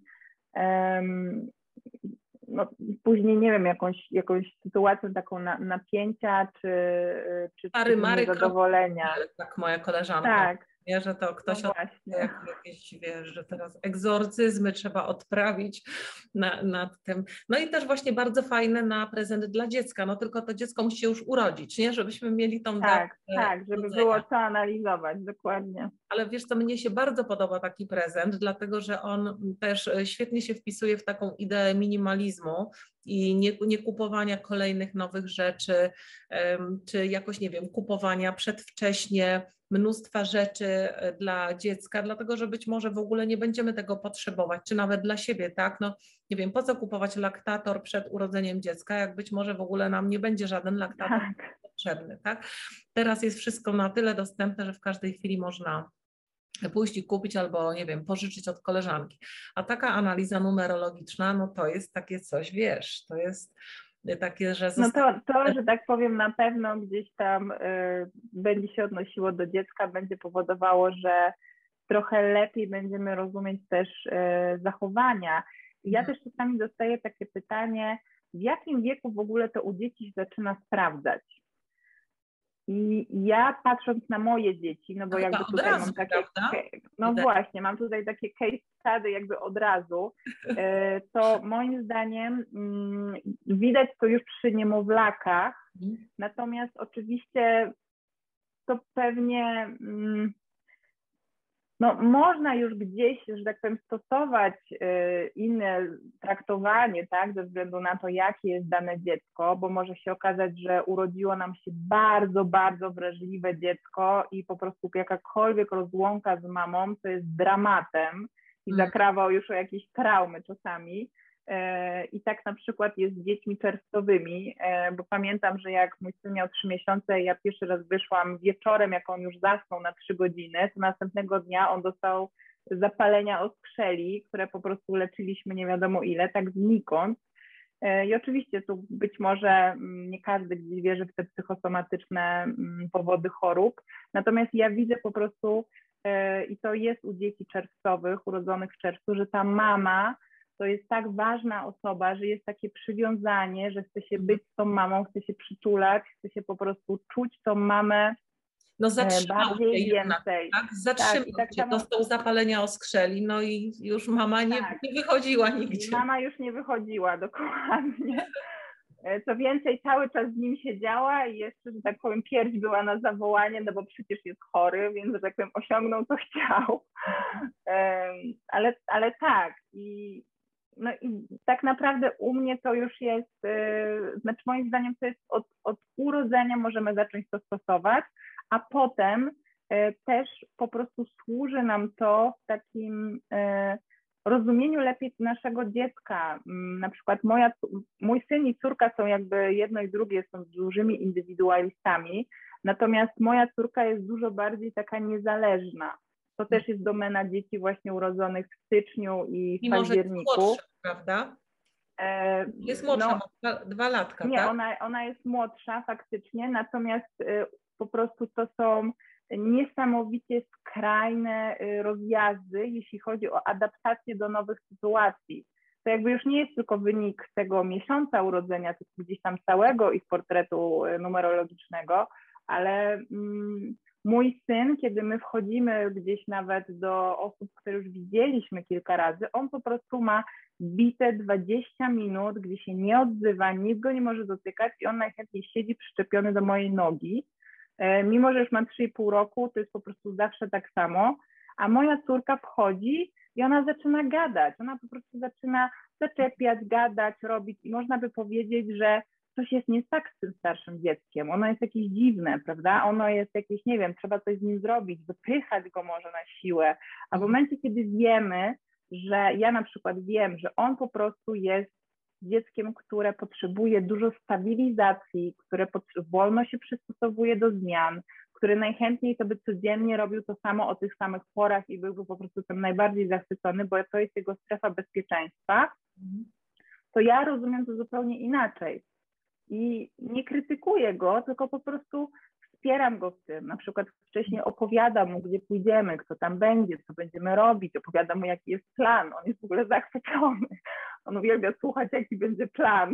no, później nie wiem, jakąś sytuacją taką napięcia Stary czy Marek, niezadowolenia. tak moja koleżanka, Tak, wie, że to no ktoś właśnie. jakieś, wiesz, że teraz egzorcyzmy trzeba odprawić nad tym. No i też właśnie bardzo fajne na prezent dla dziecka, no tylko to dziecko musi się już urodzić, nie? Żebyśmy mieli tą datę Tak, żeby było urodzenia. co analizować, dokładnie. Ale wiesz co, mnie się bardzo podoba taki prezent, dlatego że on też świetnie się wpisuje w taką ideę minimalizmu i nie kupowania kolejnych nowych rzeczy, czy jakoś, nie wiem, kupowania przedwcześnie mnóstwa rzeczy dla dziecka, dlatego że być może w ogóle nie będziemy tego potrzebować, czy nawet dla siebie, tak? No nie wiem, po co kupować laktator przed urodzeniem dziecka, jak być może w ogóle nam nie będzie żaden laktator Tak. potrzebny, tak? Teraz jest wszystko na tyle dostępne, że w każdej chwili można pójść i kupić albo, nie wiem, pożyczyć od koleżanki. A taka analiza numerologiczna, no to jest takie coś, wiesz, to jest takie, że No to, że tak powiem, na pewno gdzieś tam będzie się odnosiło do dziecka, będzie powodowało, że trochę lepiej będziemy rozumieć też zachowania. Ja też czasami dostaję takie pytanie, w jakim wieku w ogóle to u dzieci się zaczyna sprawdzać? I ja patrząc na moje dzieci, no bo chyba jakby od tutaj razu, mam takie, prawda? no właśnie, mam tutaj takie case study jakby od razu, to moim zdaniem widać to już przy niemowlakach, natomiast oczywiście to pewnie no, można już gdzieś, że tak powiem, stosować inne traktowanie, tak, ze względu na to, jakie jest dane dziecko, bo może się okazać, że urodziło nam się bardzo, bardzo wrażliwe dziecko i po prostu jakakolwiek rozłąka z mamą to jest dramatem i zakrawał już o jakieś traumy czasami. I tak na przykład jest z dziećmi czerwcowymi, bo pamiętam, że jak mój syn miał 3 miesiące i ja pierwszy raz wyszłam wieczorem, jak on już zasnął na 3 godziny, to następnego dnia on dostał zapalenia oskrzeli, które po prostu leczyliśmy nie wiadomo ile, tak znikąd. I oczywiście tu być może nie każdy gdzieś wierzy w te psychosomatyczne powody chorób, natomiast ja widzę po prostu, i to jest u dzieci czerwcowych, urodzonych w czerwcu, że ta mama to jest tak ważna osoba, że jest takie przywiązanie, że chce się być z tą mamą, chce się przytulać, chce się po prostu czuć tą mamę No zatrzymał bardziej, się jednak, więcej. tak? Zatrzymał tak się, samo, dostał zapalenia oskrzeli, no i już mama nie wychodziła nigdzie. I mama już nie wychodziła, dokładnie. Co więcej, cały czas z nim siedziała i jeszcze, że tak powiem, pierś była na zawołanie, no bo przecież jest chory, więc, że tak powiem, osiągnął, co chciał. Ale tak. No i tak naprawdę u mnie to już jest, znaczy moim zdaniem to jest od urodzenia możemy zacząć to stosować, a potem też po prostu służy nam to w takim rozumieniu lepiej naszego dziecka. Na przykład mój syn i córka są jakby jedno i drugie, są dużymi indywidualistami, natomiast moja córka jest dużo bardziej taka niezależna. To też jest domena dzieci właśnie urodzonych w styczniu i w październiku. Mimo, że jest młodsza, prawda? Jest młodsza, ma 2 latka, nie, tak? Ona jest młodsza faktycznie, natomiast po prostu to są niesamowicie skrajne rozjazdy, jeśli chodzi o adaptację do nowych sytuacji. To jakby już nie jest tylko wynik tego miesiąca urodzenia, tylko gdzieś tam całego ich portretu numerologicznego, ale mój syn, kiedy my wchodzimy gdzieś nawet do osób, które już widzieliśmy kilka razy, on po prostu ma bite 20 minut, gdzie się nie odzywa, nic go nie może dotykać i on najchętniej siedzi przyczepiony do mojej nogi. Mimo że już ma 3,5 roku, to jest po prostu zawsze tak samo, a moja córka wchodzi i ona zaczyna gadać, ona po prostu zaczyna zaczepiać, gadać, robić i można by powiedzieć, że coś jest nie tak z tym starszym dzieckiem, ono jest jakieś dziwne, prawda, ono jest jakieś, nie wiem, trzeba coś z nim zrobić, wypychać go może na siłę, a w momencie, kiedy wiemy, że ja na przykład wiem, że on po prostu jest dzieckiem, które potrzebuje dużo stabilizacji, które wolno się przystosowuje do zmian, który najchętniej to by codziennie robił to samo o tych samych porach i byłby po prostu tym najbardziej zachwycony, bo to jest jego strefa bezpieczeństwa, to ja rozumiem to zupełnie inaczej. I nie krytykuję go, tylko po prostu wspieram go w tym. Na przykład wcześniej opowiadam mu, gdzie pójdziemy, kto tam będzie, co będziemy robić, opowiadam mu, jaki jest plan. On jest w ogóle zachwycony. On uwielbia słuchać, jaki będzie plan.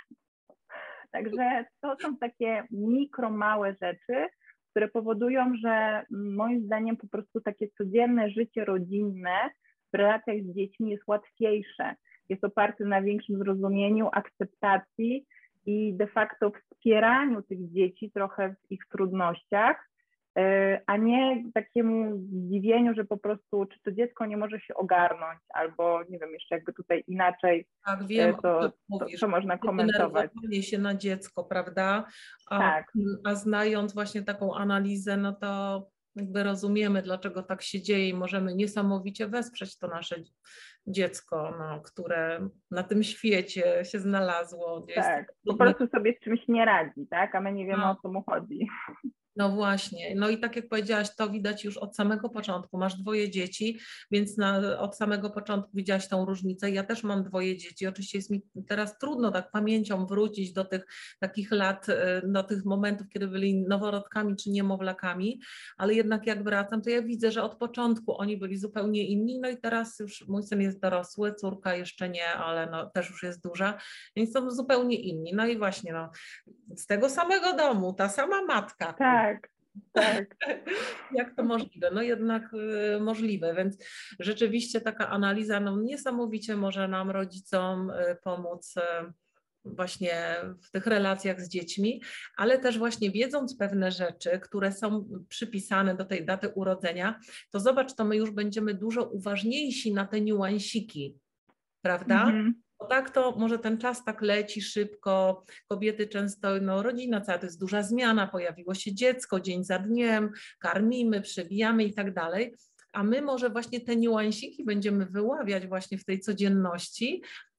Także to są takie małe rzeczy, które powodują, że moim zdaniem po prostu takie codzienne życie rodzinne w relacjach z dziećmi jest łatwiejsze. Jest oparte na większym zrozumieniu, akceptacji i de facto wspieraniu tych dzieci trochę w ich trudnościach, a nie takiemu zdziwieniu, że po prostu czy to dziecko nie może się ogarnąć, albo nie wiem, jeszcze jakby tutaj inaczej, tak, wiem, to można komentować. Denerwowanie się na dziecko, prawda? Tak. A znając właśnie taką analizę, no to jakby rozumiemy, dlaczego tak się dzieje i możemy niesamowicie wesprzeć to nasze dziecko, no, które na tym świecie się znalazło. Tak, po prostu sobie z czymś nie radzi, tak? A my nie wiemy, o co mu chodzi. No właśnie, no i tak jak powiedziałaś, to widać już od samego początku. Masz 2 dzieci, więc od samego początku widziałaś tą różnicę. Ja też mam 2 dzieci. Oczywiście jest mi teraz trudno tak pamięcią wrócić do tych takich lat, do tych momentów, kiedy byli noworodkami czy niemowlakami, ale jednak jak wracam, to ja widzę, że od początku oni byli zupełnie inni. No i teraz już mój syn jest dorosły, córka jeszcze nie, ale no, też już jest duża, więc są zupełnie inni. No i właśnie no, z tego samego domu, ta sama matka. Tak. Jak to możliwe? No jednak możliwe, więc rzeczywiście taka analiza no, niesamowicie może nam rodzicom pomóc właśnie w tych relacjach z dziećmi, ale też właśnie wiedząc pewne rzeczy, które są przypisane do tej daty urodzenia, to zobacz, to my już będziemy dużo uważniejsi na te niuansiki, prawda? Bo tak to może ten czas tak leci szybko, kobiety często, no rodzina cała to jest duża zmiana, pojawiło się dziecko dzień za dniem, karmimy, przebijamy i tak dalej, a my może właśnie te niuansiki będziemy wyławiać właśnie w tej codzienności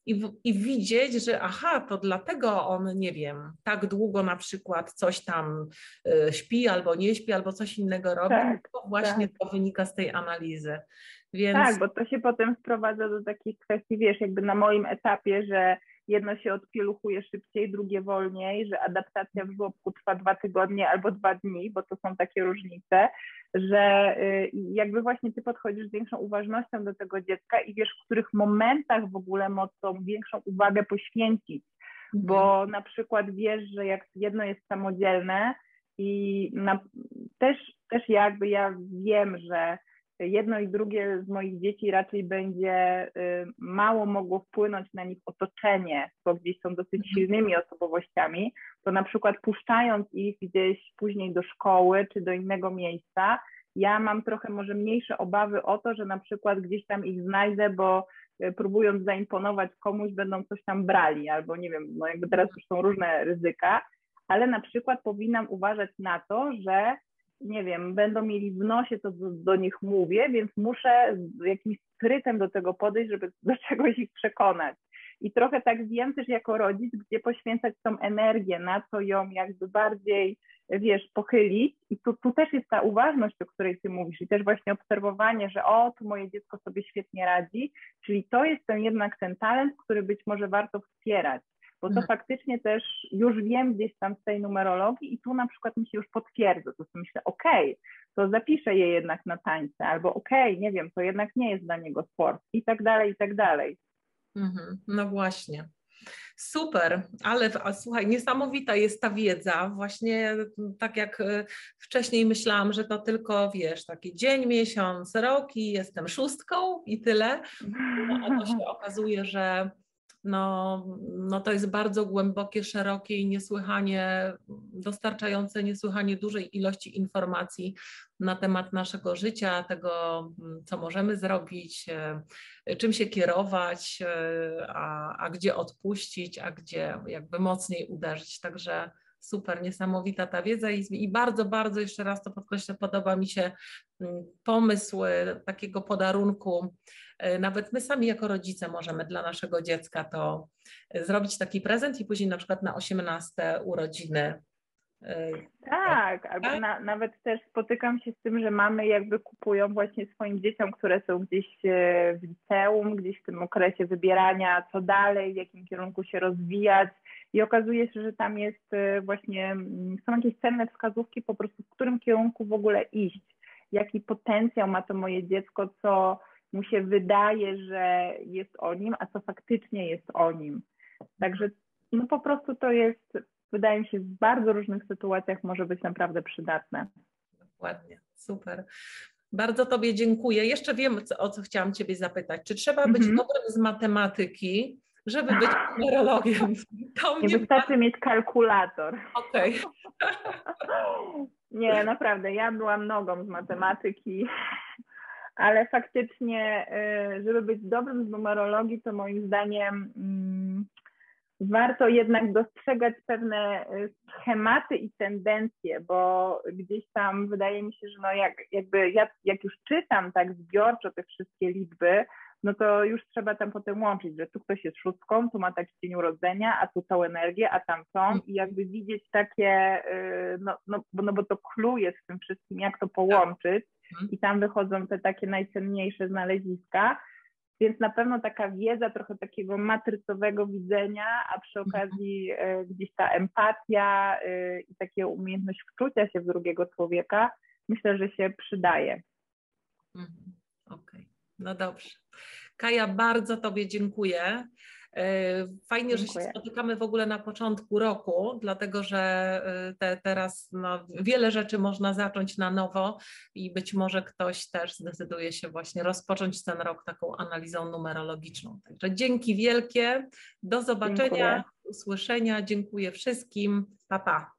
i widzieć, że aha, to dlatego on, nie wiem, tak długo na przykład coś tam śpi albo nie śpi, albo coś innego robi, Tak, to właśnie tak. to wynika z tej analizy. Więc Tak, bo to się potem sprowadza do takich kwestii, wiesz, jakby na moim etapie, że jedno się odpieluchuje szybciej, drugie wolniej, że adaptacja w żłobku trwa 2 tygodnie albo 2 dni, bo to są takie różnice, że jakby właśnie ty podchodzisz z większą uważnością do tego dziecka i wiesz, w których momentach w ogóle mocą większą uwagę poświęcić, bo na przykład wiesz, że jak jedno jest samodzielne i też jakby ja wiem, że jedno i drugie z moich dzieci raczej będzie mało mogło wpłynąć na nich otoczenie, bo gdzieś są dosyć silnymi osobowościami, to na przykład puszczając ich gdzieś później do szkoły czy do innego miejsca, ja mam trochę może mniejsze obawy o to, że na przykład gdzieś tam ich znajdę, bo próbując zaimponować komuś będą coś tam brali, albo nie wiem, no jakby teraz już są różne ryzyka, ale na przykład powinnam uważać na to, że nie wiem, będą mieli w nosie to, co do nich mówię, więc muszę z jakimś sprytem do tego podejść, żeby do czegoś ich przekonać. I trochę tak wiem też jako rodzic, gdzie poświęcać tą energię, na co ją jakby bardziej, wiesz, pochylić. I tu też jest ta uważność, o której ty mówisz, i też właśnie obserwowanie, że o, tu moje dziecko sobie świetnie radzi, czyli to jest jednak ten talent, który być może warto wspierać. Bo to faktycznie też już wiem gdzieś tam z tej numerologii i tu na przykład mi się już potwierdza, to sobie myślę, okej, to zapiszę je jednak na tańce, albo okej, nie wiem, to jednak nie jest dla niego sport i tak dalej, i tak dalej. No właśnie. Super, ale słuchaj, niesamowita jest ta wiedza. Właśnie tak jak wcześniej myślałam, że to tylko, wiesz, taki dzień, miesiąc, rok i jestem szóstką i tyle. No, a to się okazuje, że no to jest bardzo głębokie, szerokie i niesłychanie dostarczające niesłychanie dużej ilości informacji na temat naszego życia, tego, co możemy zrobić, czym się kierować, a gdzie odpuścić, a gdzie jakby mocniej uderzyć. Także super, niesamowita ta wiedza i bardzo, bardzo jeszcze raz to podkreślę, podoba mi się pomysł takiego podarunku. Nawet my sami jako rodzice możemy dla naszego dziecka to zrobić taki prezent i później na przykład na 18 urodziny. Tak, albo nawet też spotykam się z tym, że mamy jakby kupują właśnie swoim dzieciom, które są gdzieś w liceum, gdzieś w tym okresie wybierania, co dalej, w jakim kierunku się rozwijać i okazuje się, że tam jest właśnie, są jakieś cenne wskazówki po prostu, w którym kierunku w ogóle iść, jaki potencjał ma to moje dziecko, co mu się wydaje, że jest o nim, a co faktycznie jest o nim. Także no po prostu to jest, wydaje mi się, w bardzo różnych sytuacjach może być naprawdę przydatne. Dokładnie, super. Bardzo Tobie dziękuję. Jeszcze wiem, o co chciałam Ciebie zapytać. Czy trzeba być dobrym z matematyki, żeby być numerologiem? Nie wystarczy mieć kalkulator. Okej. Nie, naprawdę, ja byłam nogą z matematyki, ale faktycznie, żeby być dobrym z numerologii, to moim zdaniem warto jednak dostrzegać pewne schematy i tendencje, bo gdzieś tam wydaje mi się, że no jak już czytam tak zbiorczo te wszystkie liczby, no to już trzeba tam potem łączyć, że tu ktoś jest szóstką, tu ma tak dzień urodzenia, a tu tą energię, a tam tą i jakby widzieć takie, bo to clue jest w tym wszystkim, jak to połączyć i tam wychodzą te takie najcenniejsze znaleziska. Więc na pewno taka wiedza trochę takiego matrycowego widzenia, a przy okazji gdzieś ta empatia i taka umiejętność wczucia się w drugiego człowieka, myślę, że się przydaje. Okej, no dobrze. Kaja, bardzo Tobie dziękuję. Fajnie, że się spotykamy w ogóle na początku roku, dlatego że teraz wiele rzeczy można zacząć na nowo i być może ktoś też zdecyduje się właśnie rozpocząć ten rok taką analizą numerologiczną. Także dzięki wielkie, do zobaczenia, usłyszenia, dziękuję wszystkim, pa pa.